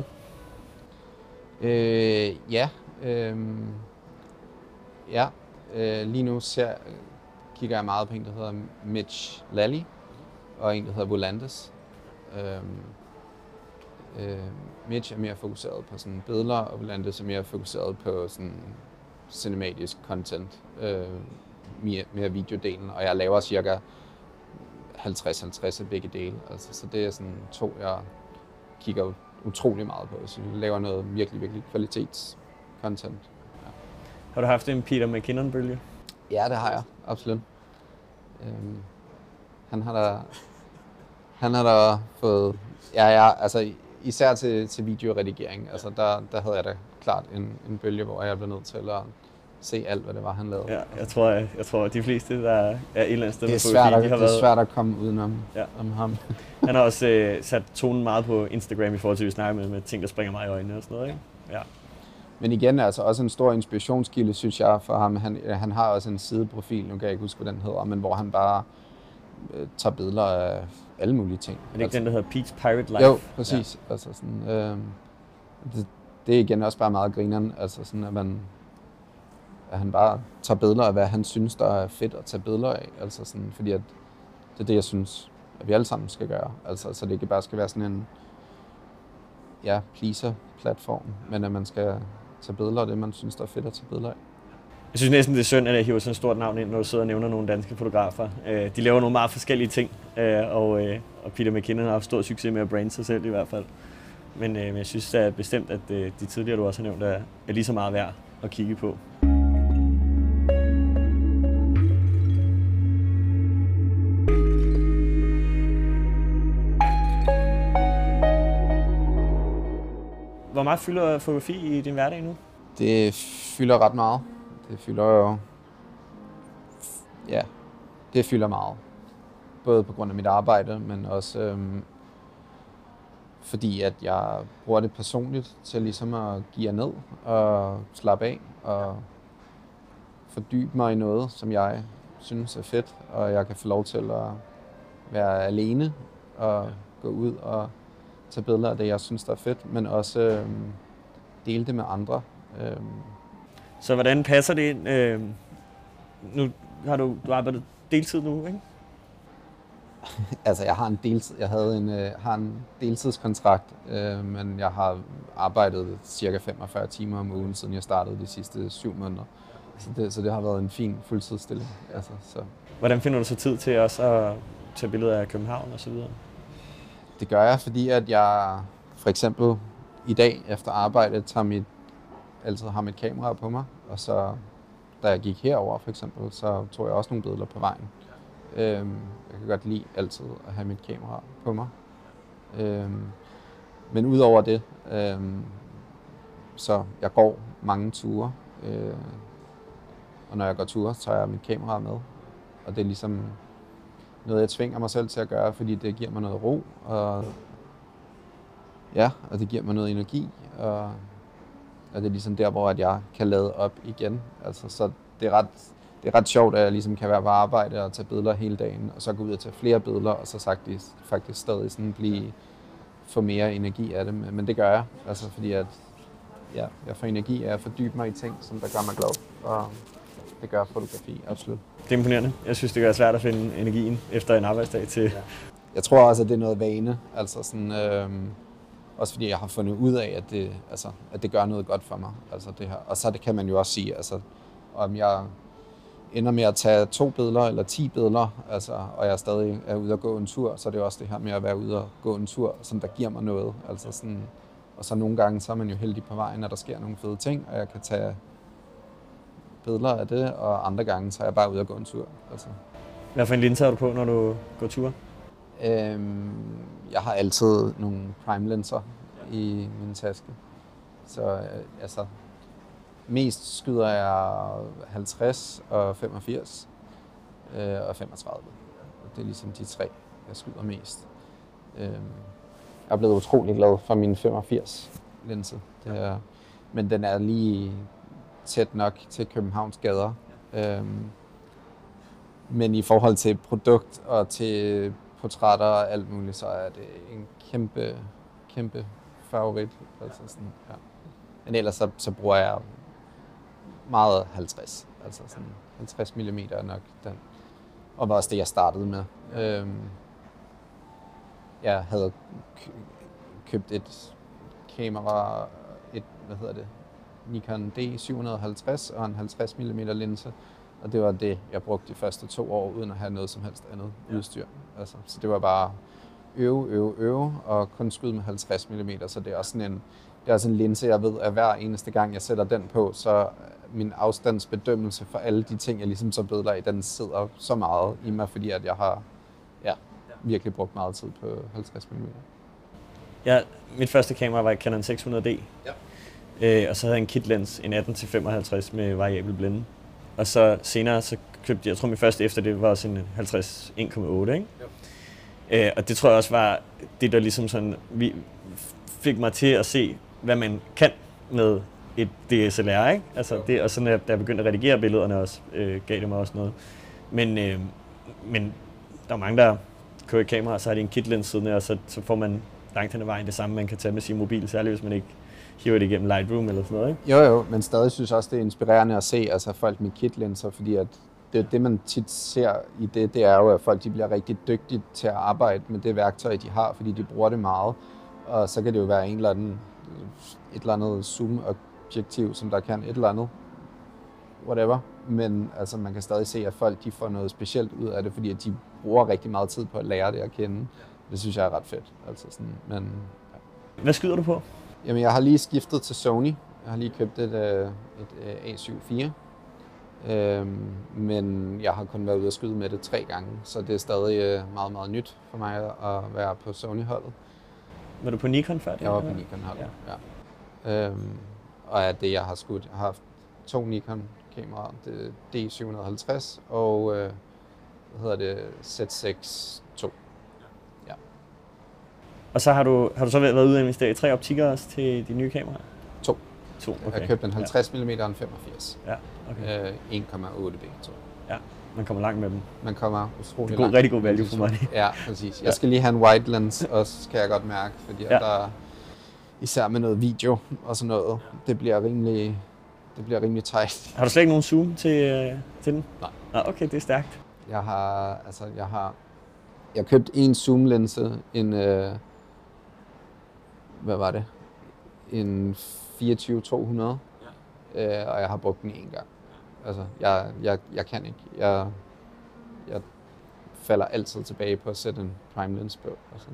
Ja. Lige nu kigger jeg meget på en, der hedder Mitch Lally, og en, der hedder Volandes. Mitch er mere fokuseret på sådan billeder, og Volandes er mere fokuseret på sådan cinematisk content, mere videodelen, og jeg laver cirka 50-50 af begge dele. Altså, så det er sådan to, jeg kigger utrolig meget på, så vi laver noget virkelig, virkelig kvalitetscontent. Ja. Har du haft en Peter McKinnon-bølge? Ja, det har jeg, absolut. Han har da fået, altså især til videoredigering, altså der havde jeg da klart en bølge, hvor jeg blev nødt til at se alt, hvad det var, han lavede. Ja, jeg tror at de fleste, der er et eller andet sted det er svært at komme udenom om ham. Han har også sat tonen meget på Instagram i forhold til, at vi snakker med ting, der springer mig i øjnene og sådan noget, ikke? Ja. Men igen, altså også en stor inspirationskilde, synes jeg, for ham. Han har også en sideprofil, nu kan jeg ikke huske, hvad den hedder, men hvor han bare tager billeder af alle mulige ting. Er det ikke den, der hedder Pete's Pirate Life? Jo, præcis. Ja. Altså sådan, det er igen også bare meget grineren, altså sådan, at han bare tager billeder af, hvad han synes, der er fedt at tage billeder af. Altså sådan, fordi at det er det, jeg synes, at vi alle sammen skal gøre. Altså, så det ikke bare skal være sådan en pleaser-platform, men at man skal tage billeder af det, man synes, der er fedt at tage billeder af. Jeg synes næsten, det er synd, at jeg hiver sådan et stort navn ind, når du sidder og nævner nogle danske fotografer. De laver nogle meget forskellige ting, og Peter McKinnon har haft stor succes med at brande sig selv i hvert fald. Men jeg synes da bestemt, at de tidligere, du også har nævnt, er lige så meget værd at kigge på. Hvor meget fylder fotografi i din hverdag nu? Det fylder ret meget. Det fylder meget. Både på grund af mit arbejde, men også fordi at jeg bruger det personligt til ligesom at give jer ned og slappe af og fordybe mig i noget, som jeg synes er fedt, og jeg kan få lov til at være alene og gå ud og tage billeder af det, jeg synes, der er fedt, men også dele det med andre. Så hvordan passer det ind? Nu har du arbejdet deltid nu, ikke? Altså, jeg har en deltidskontrakt, men jeg har arbejdet cirka 45 timer om ugen, siden jeg startede de sidste 7 måneder. Så det har været en fin fuldtidsstilling. Altså, så. Hvordan finder du så tid til også at tage billeder af København og så videre? Det gør jeg, fordi at jeg for eksempel i dag efter arbejde altid har mit kamera på mig, og så da jeg gik herover for eksempel, så tog jeg også nogle billeder på vejen. Jeg kan godt lide altid at have mit kamera på mig. Men udover det, så jeg går mange ture, og når jeg går ture, så tager jeg mit kamera med. Og det er ligesom noget, jeg tvinger mig selv til at gøre, fordi det giver mig noget ro, og det giver mig noget energi, og det er ligesom der, hvor jeg kan lade op igen. Altså, så det er ret sjovt, at jeg ligesom kan være på arbejde og tage billeder hele dagen, og så gå ud og tage flere billeder, og så faktisk stadig sådan få mere energi af det. Men det gør jeg, altså fordi at jeg får energi af at fordybe mig i ting, som der gør mig glad, og det gør fotografi, absolut. Det er imponerende. Jeg synes, det gør svært at finde energien efter en arbejdsdag til. Ja. Jeg tror også, at det er noget vane, altså sådan, også fordi jeg har fundet ud af, at det gør noget godt for mig, altså det her. Og så det kan man jo også sige, altså om jeg ender med at tage 2 billeder eller 10 billeder, altså, og jeg stadig er ude og gå en tur, så er det også det her med at være ude og gå en tur, som der giver mig noget. Altså sådan, og så nogle gange, så er man jo heldig på vejen, at der sker nogle fede ting, og jeg kan tage billeder af det, og andre gange, så er jeg bare ude og gå en tur. Altså. Hvad for en linse har du på, når du går tur? Jeg har altid nogle prime linser i min taske. Så altså, mest skyder jeg 50 og 85 og 35. Det er ligesom de 3, jeg skyder mest. Jeg er blevet utrolig glad for min 85 linse. Men den er lige tæt nok til Københavns gader. Men i forhold til produkt og til portrætter og alt muligt, så er det en kæmpe favorit. Altså sådan, ja. Men ellers så bruger jeg meget 50. Altså sådan 50 mm er nok den. Og var også det, jeg startede med. Jeg havde købt et kamera, Nikon D750 og en 50 mm linse. Og det var det, jeg brugte de første 2 år, uden at have noget som helst andet udstyr. Altså, så det var bare øve, og kun skyde med 50 mm. Så det er også sådan en linse, jeg ved, at hver eneste gang, jeg sætter den på, så min afstandsbedømmelse for alle de ting, jeg ligesom så bødler i, den sidder så meget i mig, fordi at jeg har virkelig brugt meget tid på 50 mm. Ja, mit første kamera var et Canon 600D. Ja. Og så havde jeg en kitlens, en 18-55 med variabel blinde. Og så senere så købte jeg tror min første efter det var også en 50 1,8, ikke? Og det tror jeg også var det, der ligesom sådan fik mig til at se, hvad man kan med et DSLR, ikke? Altså det, og sådan, da jeg begyndte at redigere billederne også, gav det mig også noget. Men der er mange, der kører et kamera, så har de en kitlens siddende, og så får man langt hen ad vejen det samme, man kan tage med sin mobil, særligt hvis man ikke hiver det igennem Lightroom eller sådan noget, ikke? Jo, men stadig synes jeg også, det er inspirerende at se folk med kitlinser, fordi at det man tit ser i det er jo, at folk de bliver rigtig dygtige til at arbejde med det værktøj, de har, fordi de bruger det meget. Og så kan det jo være et eller andet zoom-objektiv, som der kan et eller andet, whatever. Men altså, man kan stadig se, at folk de får noget specielt ud af det, fordi at de bruger rigtig meget tid på at lære det at kende. Det synes jeg er ret fedt. Altså sådan, men, ja. Hvad skyder du på? Jamen, jeg har lige skiftet til Sony. Jeg har lige købt et A7 IV. Men jeg har kun været ude at skyde med det 3 gange, så det er stadig meget, meget nyt for mig at være på Sony-holdet. Var du på Nikon før det? Jeg var på Nikon-holdet, ja. Og af det, jeg har skudt, jeg har haft 2 Nikon-kameraer, det D750 og Z6 II. Ja. Og så har du så været ude og investere i 3 optikker også til de nye kameraer? 2. Okay. Jeg har købt en 50 mm og en 85. Ja, okay. 1,8 begge to. Ja, man kommer langt med dem. Man kommer utrolig langt. Det er rigtig god value for money. Ja, præcis. Jeg skal lige have en wide lens også, kan jeg godt mærke, fordi der især med noget video og sådan noget, det bliver rimelig tight. Har du slet ikke nogen zoom til den? Nej. Okay, det er stærkt. Jeg har købt en zoom-linse, hvad var det? En 24-200, og jeg har brugt den 1 gang. Altså, jeg kan ikke. Jeg falder altid tilbage på at sætte en prime lens på. Altså,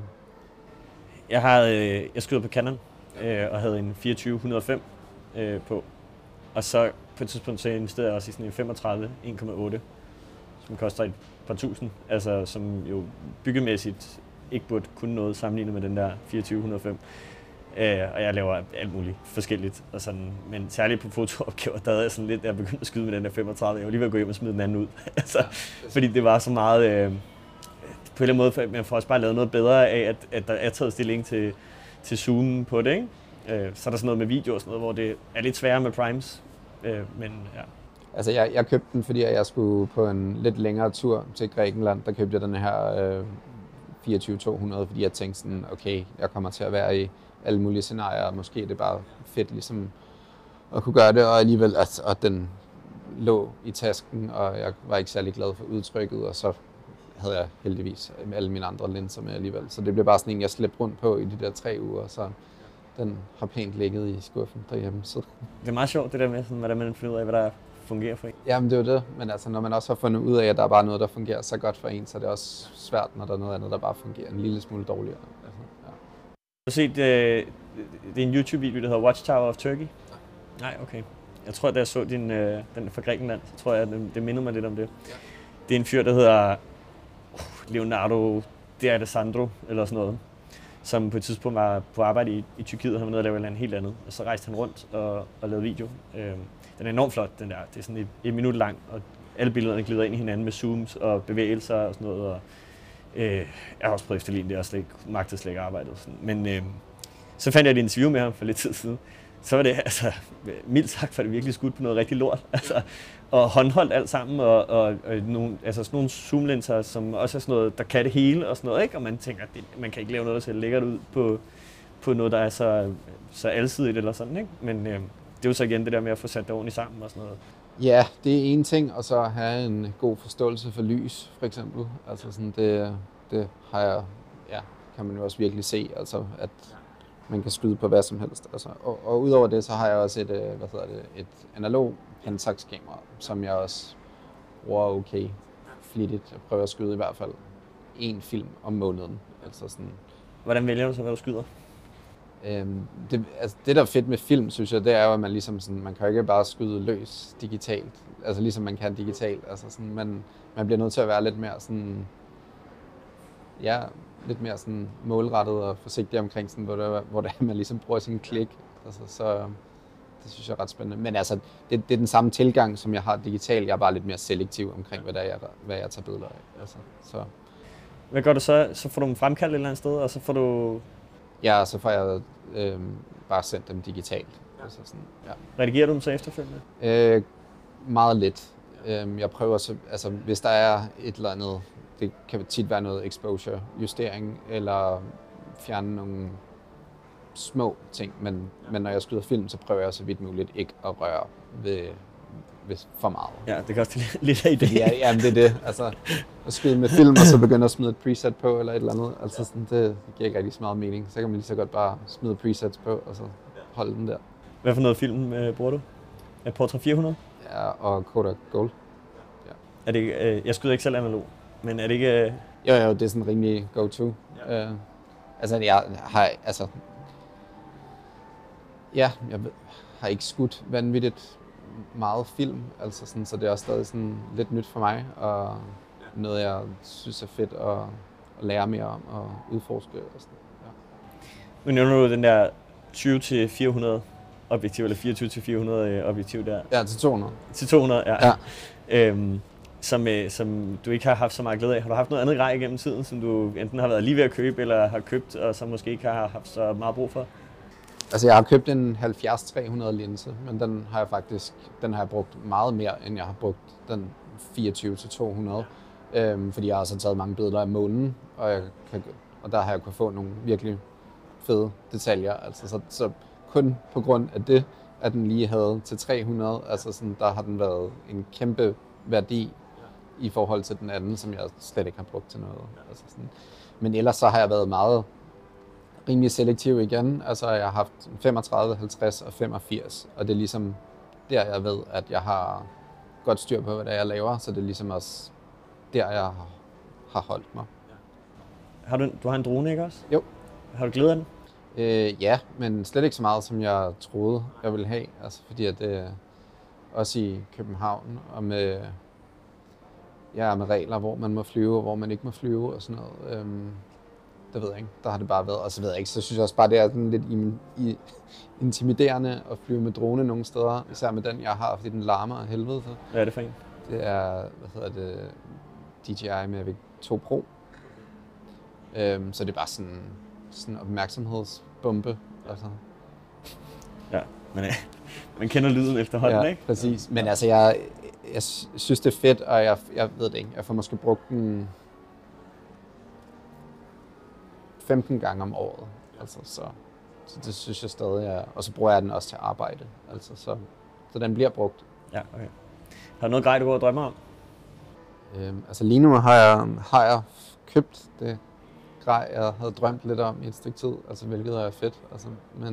Jeg skyder på Canon og havde en 24-105 på. Og så på et tidspunkt så investerede jeg også i sådan en 35 1,8, som koster et par tusind. Altså, som jo byggemæssigt ikke burde kunne noget sammenlignet med den der 24-105. Og jeg laver alt muligt forskelligt, og sådan, men særligt på fotoopgaver, der havde jeg sådan lidt, da jeg begyndte at skyde med den der 35, jeg var lige ved at gå hjem og smide den anden ud. Altså, fordi det var så meget, på en eller anden måde, man får også bare lavet noget bedre af, at der er taget stilling til zoomen på det, ikke? Så er der sådan noget med video og sådan noget, hvor det er lidt sværere med primes, men ja. Altså jeg købte den, fordi jeg skulle på en lidt længere tur til Grækenland, der købte jeg den her 24-200, fordi jeg tænkte sådan, okay, jeg kommer til at være i alle mulige scenarier, og måske det er bare fedt ligesom at kunne gøre det, og alligevel at den lå i tasken, og jeg var ikke særlig glad for udtrykket, og så havde jeg heldigvis alle mine andre linser med alligevel. Så det blev bare sådan en, jeg slæbte rundt på i de der 3 uger, så den har pænt ligget i skuffen derhjemme. Så. Det er meget sjovt det der med, sådan, hvordan man finder ud af, hvad der fungerer for en. Jamen det er jo det, men altså når man også har fundet ud af, at der er bare noget, der fungerer så godt for en, så er det også svært, når der er noget andet, der bare fungerer en lille smule dårligere. Altså, ja. Har du set, det er en YouTube-video, der hedder Watchtower of Turkey? Nej, okay. Jeg tror, da jeg så den fra Grækenland, så tror jeg, det mindede mig lidt om det. Ja. Det er en fyr, der hedder Leonardo D'Alessandro, eller sådan noget, som på et tidspunkt var på arbejde i Tyrkiet, og han var nede og lave noget helt andet. Og så rejste han rundt og lavede video. Den er enormt flot, den der. Det er sådan et minut lang, og alle billederne glider ind i hinanden med zooms og bevægelser og sådan noget. Og Jeg har også prøvet efterligne det, og magtede slet ikke arbejdet. Sådan. Men så fandt jeg et interview med ham for lidt tid siden. Så var det, altså, mildt sagt, var det virkelig skudt på noget rigtig lort. Altså, og håndholdt alt sammen, og nogle, altså sådan nogle zoomlinser, som også er sådan noget, der kan det hele og sådan noget, ikke? Og man tænker, at man kan ikke lave noget, der ser lækkert ud på noget, der er så alsidigt eller sådan, ikke? Men det er jo så igen det der med at få sat det ordentligt sammen og sådan noget. Ja, det er en ting, og så have en god forståelse for lys, for eksempel. Altså sådan, det har jeg, ja, kan man jo også virkelig se, altså at man kan skyde på hvad som helst. Altså, og udover det, så har jeg også et analog Pentax-kamera, som jeg også bruger okay flittigt. Jeg prøver at skyde i hvert fald 1 film om måneden. Altså sådan. Hvordan vælger du så, hvad du skyder? Det der er fedt med film, synes jeg, det er jo, at man ligesom sådan, man kan jo ikke bare skyde løs digitalt. Altså ligesom man kan digitalt. Altså sådan, man bliver nødt til at være lidt mere sådan, ja, lidt mere sådan målrettet og forsigtig omkring sådan, hvor det er, man ligesom bruger sin klik. Altså, så det synes jeg er ret spændende. Men altså, det er den samme tilgang, som jeg har digitalt. Jeg er bare lidt mere selektiv omkring, hvad jeg tager billeder af. Altså, så. Hvad gør du så? Så får du dem fremkaldt et eller andet sted, og så får du... Ja, så får jeg bare sendt dem digitalt. Altså sådan, ja. Redigerer du dem så efterfølgende? Meget lidt. Jeg prøver så, altså hvis der er et eller andet, det kan tit være noget exposure-justering, eller fjerne nogle små ting, men når jeg skyder film, så prøver jeg så vidt muligt ikke at røre ved for meget. Ja, det kan også lidt af idé. Ja, men det er det. Altså, at skyde med film, og så begynde at smide et preset på, eller et eller andet. Altså, sådan, det giver ikke rigtig så meget mening. Så kan man lige så godt bare smide presets på, og så holde den der. Hvad for noget film bruger du? Portra 400? Ja, og Kodak Gold. Ja. Er det, jeg skyder ikke selv analog, men er det ikke... Jo, det er sådan rimelig go-to. Ja. Jeg har ikke skudt vanvittigt meget film, altså sådan, så det er også stadig sådan lidt nyt for mig, og noget jeg synes er fedt at lære mere om og udforske. Og sådan, ja. Men nævner du den der 20-400 objektiv, eller 24-400 objektiv der? Ja, til 200. Til 200, ja. Ja. Som du ikke har haft så meget glæde af. Har du haft noget andet grej igennem tiden, som du enten har været lige ved at købe, eller har købt, og som måske ikke har haft så meget brug for? Altså, jeg har købt en 70-300 linse, men den har jeg brugt meget mere, end jeg har brugt den 24-200. Fordi jeg har så taget mange billeder af månen, og der har jeg kunnet få nogle virkelig fede detaljer. Altså, så kun på grund af det, at den lige havde til 300, altså sådan, der har den været en kæmpe værdi i forhold til den anden, som jeg slet ikke har brugt til noget. Altså sådan. Men ellers så har jeg været rimelig selektiv igen. Altså jeg har haft 35, 50 og 85, og det er ligesom der, jeg ved, at jeg har godt styr på, hvad det er, jeg laver, så det er ligesom også der, jeg har holdt mig. Du har en drone, ikke også? Jo. Har du glæde af den? Ja, men slet ikke så meget, som jeg troede, jeg ville have. Altså fordi at det også i København, og med regler, hvor man må flyve, og hvor man ikke må flyve, og sådan noget. Det ved jeg ikke. Der har det bare været. Og så ved jeg ikke, så synes jeg også bare, det er sådan lidt intimiderende at flyve med drone nogle steder. Især med den, jeg har, fordi den larmer af helvede. Så. Hvad er det for en? Det er, DJI Mavic 2 Pro. Så det er bare sådan en opmærksomhedsbombe. Altså. Ja, men man kender lyden efterhånden, ikke? Præcis. Men altså, jeg synes, det er fedt, og jeg ved det ikke. Jeg får måske brugt den 15 gange om året. Altså, så det synes jeg stadig er. Og så bruger jeg den også til arbejde. Altså, så den bliver brugt. Ja, okay. Har du noget grej, du går og drømmer om? Altså lige nu har jeg købt det grej, jeg havde drømt lidt om i et stykke tid. Altså, hvilket er fedt. Altså,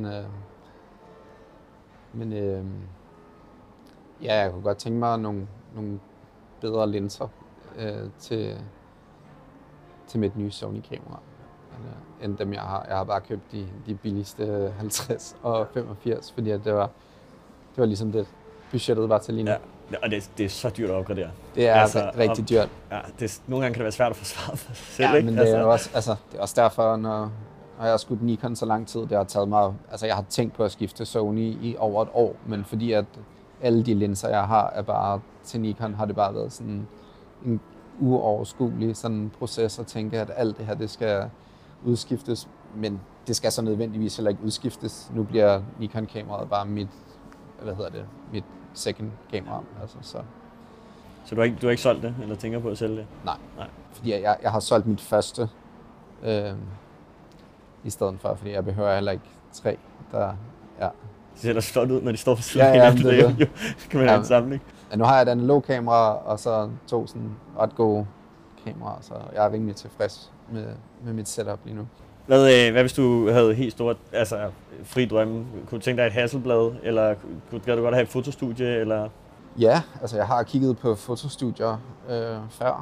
men ja, jeg kunne godt tænke mig nogle bedre linser til mit nye Sony-kamera, end dem jeg har. Jeg har bare købt de billigste 50 og 85, fordi at det var ligesom det, budgettet var til lige nu. Ja, og det er så dyrt at opgradere. Det er rigtig dyrt. Ja, nogle gange kan det være svært at forsvare for sig selv, ja, ikke? Men det er også, det er også derfor, når jeg har skudt Nikon så lang tid, det har taget mig, altså jeg har tænkt på at skifte Sony i over et år, men fordi at alle de linser, jeg har, er bare til Nikon, har det bare været sådan uoverskuelig sådan proces at tænke, at alt det her, det skal udskiftes, men det skal så nødvendigvis heller ikke udskiftes. Nu bliver Nikon-kameraet bare mit second kamera. Altså, Så du har ikke solgt det, eller tænker på at sælge det? Nej. Fordi jeg har solgt mit første i stedet for, fordi jeg behøver heller ikke 3, der ja. Det ser da flot ud, når de står for siden af hinanden. Det kan man have en samling. Ja, nu har jeg et analog kamera, og så 2 sådan ret gode kameraer, så jeg er rimelig tilfreds med mit setup lige nu. Hvad hvis du havde helt store, fri drømme? Kunne du tænke dig et Hasselblad, eller gad du godt have et fotostudie, eller? Ja, altså jeg har kigget på fotostudier før.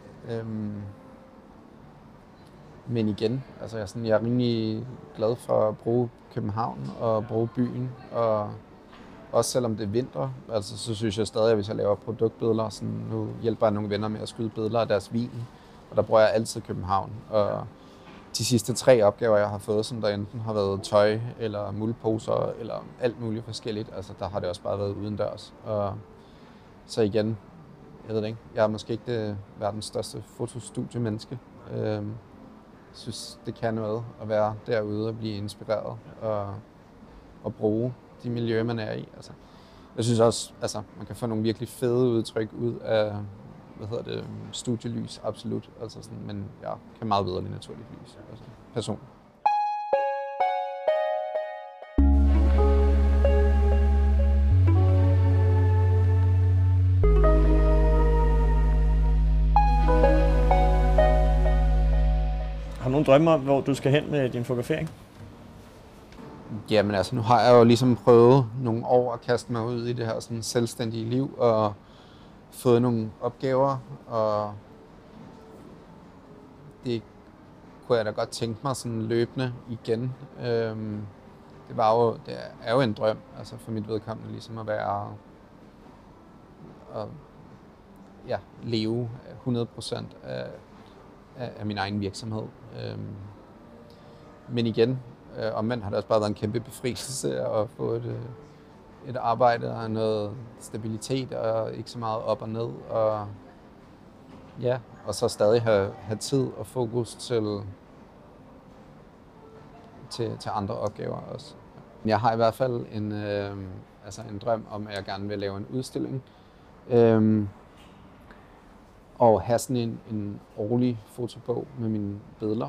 Men igen, altså jeg er rimelig glad for at bruge København og bruge byen, og også selvom det er vinter, altså så synes jeg stadig, at hvis jeg laver produktbilleder, sådan, nu hjælper jeg nogle venner med at skyde billeder af deres vin, og der bruger jeg altid København. Og de sidste 3 opgaver, jeg har fået, som der enten har været tøj eller muldposer eller alt muligt forskelligt, altså der har det også bare været udendørs. Og så igen, jeg ved det ikke, jeg er måske ikke det verdens største fotostudiemenneske. Jeg synes, det kan noget at være derude og blive inspireret og bruge de miljøer, man er i. Altså, jeg synes også, altså, man kan få nogle virkelig fede udtryk ud af studielys, absolut. Altså sådan, men jeg kan meget bedre lide naturligt lys, altså, person. Har du nogle drømme om, hvor du skal hen med din fotografering? Jamen altså, nu har jeg jo ligesom prøvet nogle år at kaste mig ud i det her sådan selvstændige liv og fået nogle opgaver, og det kunne jeg da godt tænke mig sådan løbende igen. Det er jo en drøm, altså for mit vedkommende, ligesom at være og leve 100% af min egen virksomhed. Men igen, omvendt har det også bare været en kæmpe befrielse at få et arbejde og noget stabilitet og ikke så meget op og ned. Og så stadig have tid og fokus til andre opgaver også. Jeg har i hvert fald en drøm om, at jeg gerne vil lave en udstilling. Og have sådan en årlig fotobog med mine billeder.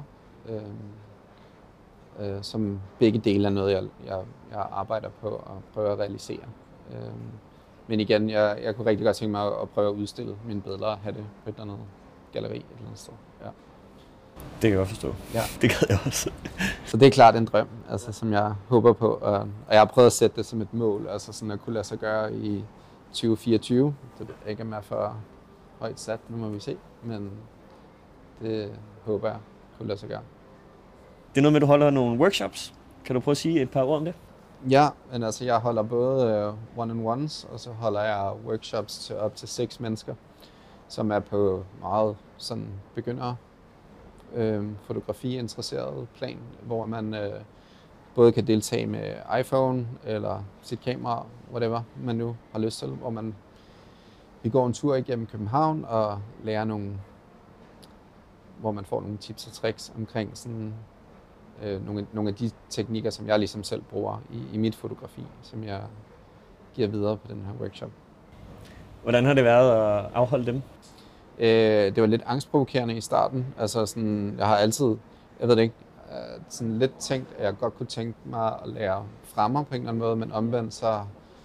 Som begge dele er noget, jeg arbejder på og prøver at realisere. Men igen, jeg kunne rigtig godt tænke mig at prøve at udstille mine billeder og have det på et eller andet galleri et eller andet sted. Ja. Det kan jeg godt forstå. Ja. Det kan jeg også. Så det er klart en drøm, altså, som jeg håber på. Og jeg har prøvet at sætte det som et mål, altså sådan at kunne lade sig gøre i 2024. Det er ikke mere for højt sat, nu må vi se. Men det håber jeg kunne lade sig gøre. Det er noget med, at du holder nogle workshops. Kan du prøve at sige et par ord om det? Ja, men altså jeg holder både one-on-ones, og så holder jeg workshops til op til 6 mennesker, som er på meget sådan begynder fotografi-interesseret plan, hvor man både kan deltage med iPhone eller sit kamera, whatever man nu har lyst til, hvor vi går en tur igennem København og lærer hvor man får nogle tips og tricks omkring sådan nogle af de teknikker, som jeg ligesom selv bruger i mit fotografi, som jeg giver videre på den her workshop. Hvordan har det været at afholde dem? Det var lidt angstprovokerende i starten. Altså sådan, jeg har altid, jeg ved det ikke, sådan lidt tænkt, at jeg godt kunne tænke mig at lære fremme på en eller anden måde, men omvendt så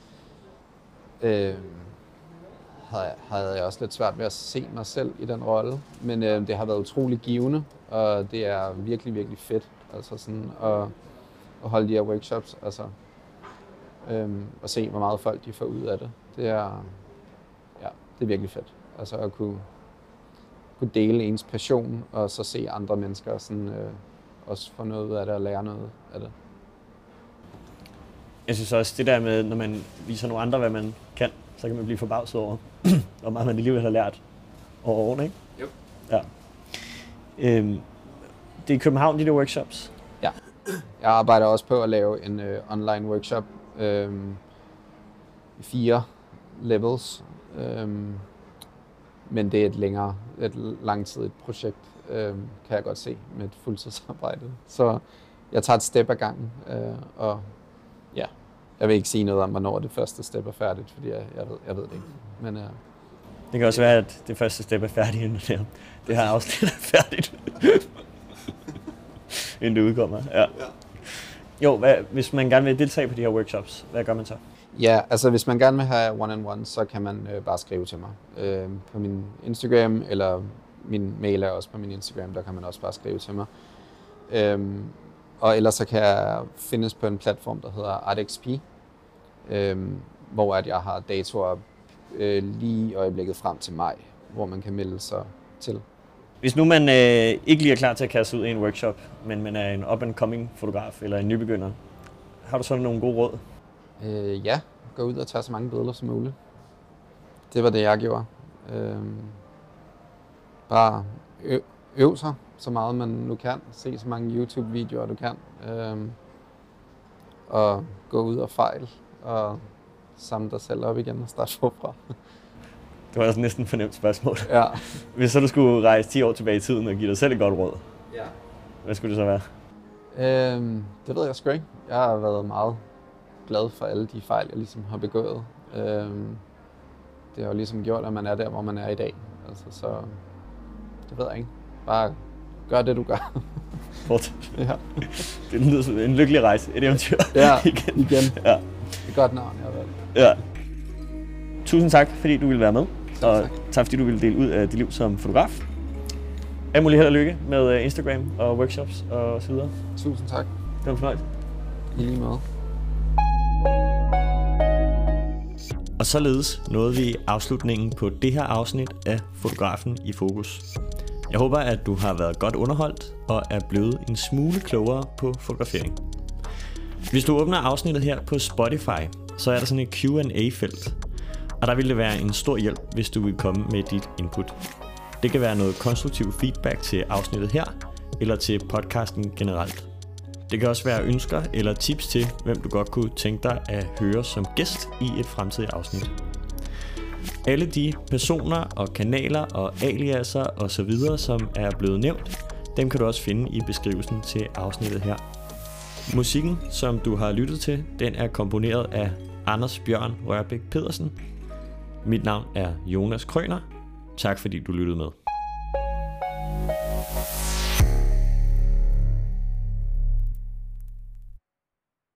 havde jeg også lidt svært ved at se mig selv i den rolle. Men det har været utrolig givende, og det er virkelig, virkelig fedt. Altså sådan at holde de her workshops, altså og se, hvor meget folk de får ud af det. Det er virkelig fedt. Altså at kunne dele ens passion, og så se andre mennesker sådan, også få noget ud af det og lære noget af det. Jeg synes også, det der med, når man viser nogle andre, hvad man kan, så kan man blive forbavset over, hvor meget man alligevel har lært over årene, ikke? Jo. Ja. Det er i København, de der workshops? Ja. Jeg arbejder også på at lave en online workshop. 4 levels. Men det er et langtidigt projekt, kan jeg godt se, med et fuldtidsarbejde. Så jeg tager et step ad gangen, og ja, jeg vil ikke sige noget om, hvornår det første step er færdigt, fordi jeg ved det ikke. Men, det kan også være, at det første step er færdigt, inden det her afsnit er færdigt. Inden det udkommer, ja. Jo, hvis man gerne vil deltage på de her workshops, hvad gør man så? Ja, altså hvis man gerne vil have one-on-one, så kan man bare skrive til mig på min Instagram, eller min mail er også på min Instagram, der kan man også bare skrive til mig. Og ellers så kan jeg findes på en platform, der hedder ArtXP, hvor at jeg har datoer lige i øjeblikket frem til maj, hvor man kan melde sig til. Hvis nu man ikke lige er klar til at kaste ud i en workshop, men man er en up-and-coming fotograf eller en nybegynder, har du så nogle gode råd? Ja, gå ud og tage så mange billeder som muligt. Det var det, jeg gjorde. Bare øv sig så meget man nu kan. Se så mange YouTube-videoer du kan. Og gå ud og fejl og samle dig selv op igen og starte forfra. Det var også næsten et fornemt spørgsmål. Ja. Hvis så du skulle rejse 10 år tilbage i tiden og give dig selv et godt råd, ja. Hvad skulle det så være? Det ved jeg sgu ikke. Jeg har været meget glad for alle de fejl, jeg ligesom har begået. Det har jo ligesom gjort, at man er der, hvor man er i dag. Altså, så det ved jeg ikke. Bare gør det, du gør. Fortsæt. Ja. Det lyder som en lykkelig rejse, et eventyr. Ja, igen. Ja. Det er godt navn, jeg har valgt. Ja. Tusind tak, fordi du ville være med. Og tak, fordi du ville dele ud af dit liv som fotograf. Alt muligt held og lykke med Instagram og workshops og så videre. Tusind tak. Det var en fornøjelse. I lige måde. Og således nåede vi afslutningen på det her afsnit af Fotografen i Fokus. Jeg håber, at du har været godt underholdt og er blevet en smule klogere på fotografering. Hvis du åbner afsnittet her på Spotify, så er der sådan et Q&A-felt. Og der vil det være en stor hjælp, hvis du vil komme med dit input. Det kan være noget konstruktiv feedback til afsnittet her, eller til podcasten generelt. Det kan også være ønsker eller tips til, hvem du godt kunne tænke dig at høre som gæst i et fremtidigt afsnit. Alle de personer og kanaler og aliaser osv., som er blevet nævnt, dem kan du også finde i beskrivelsen til afsnittet her. Musikken, som du har lyttet til, den er komponeret af Anders Bjørn Rørbæk Pedersen. Mit navn er Jonas Krøner. Tak fordi du lyttede med.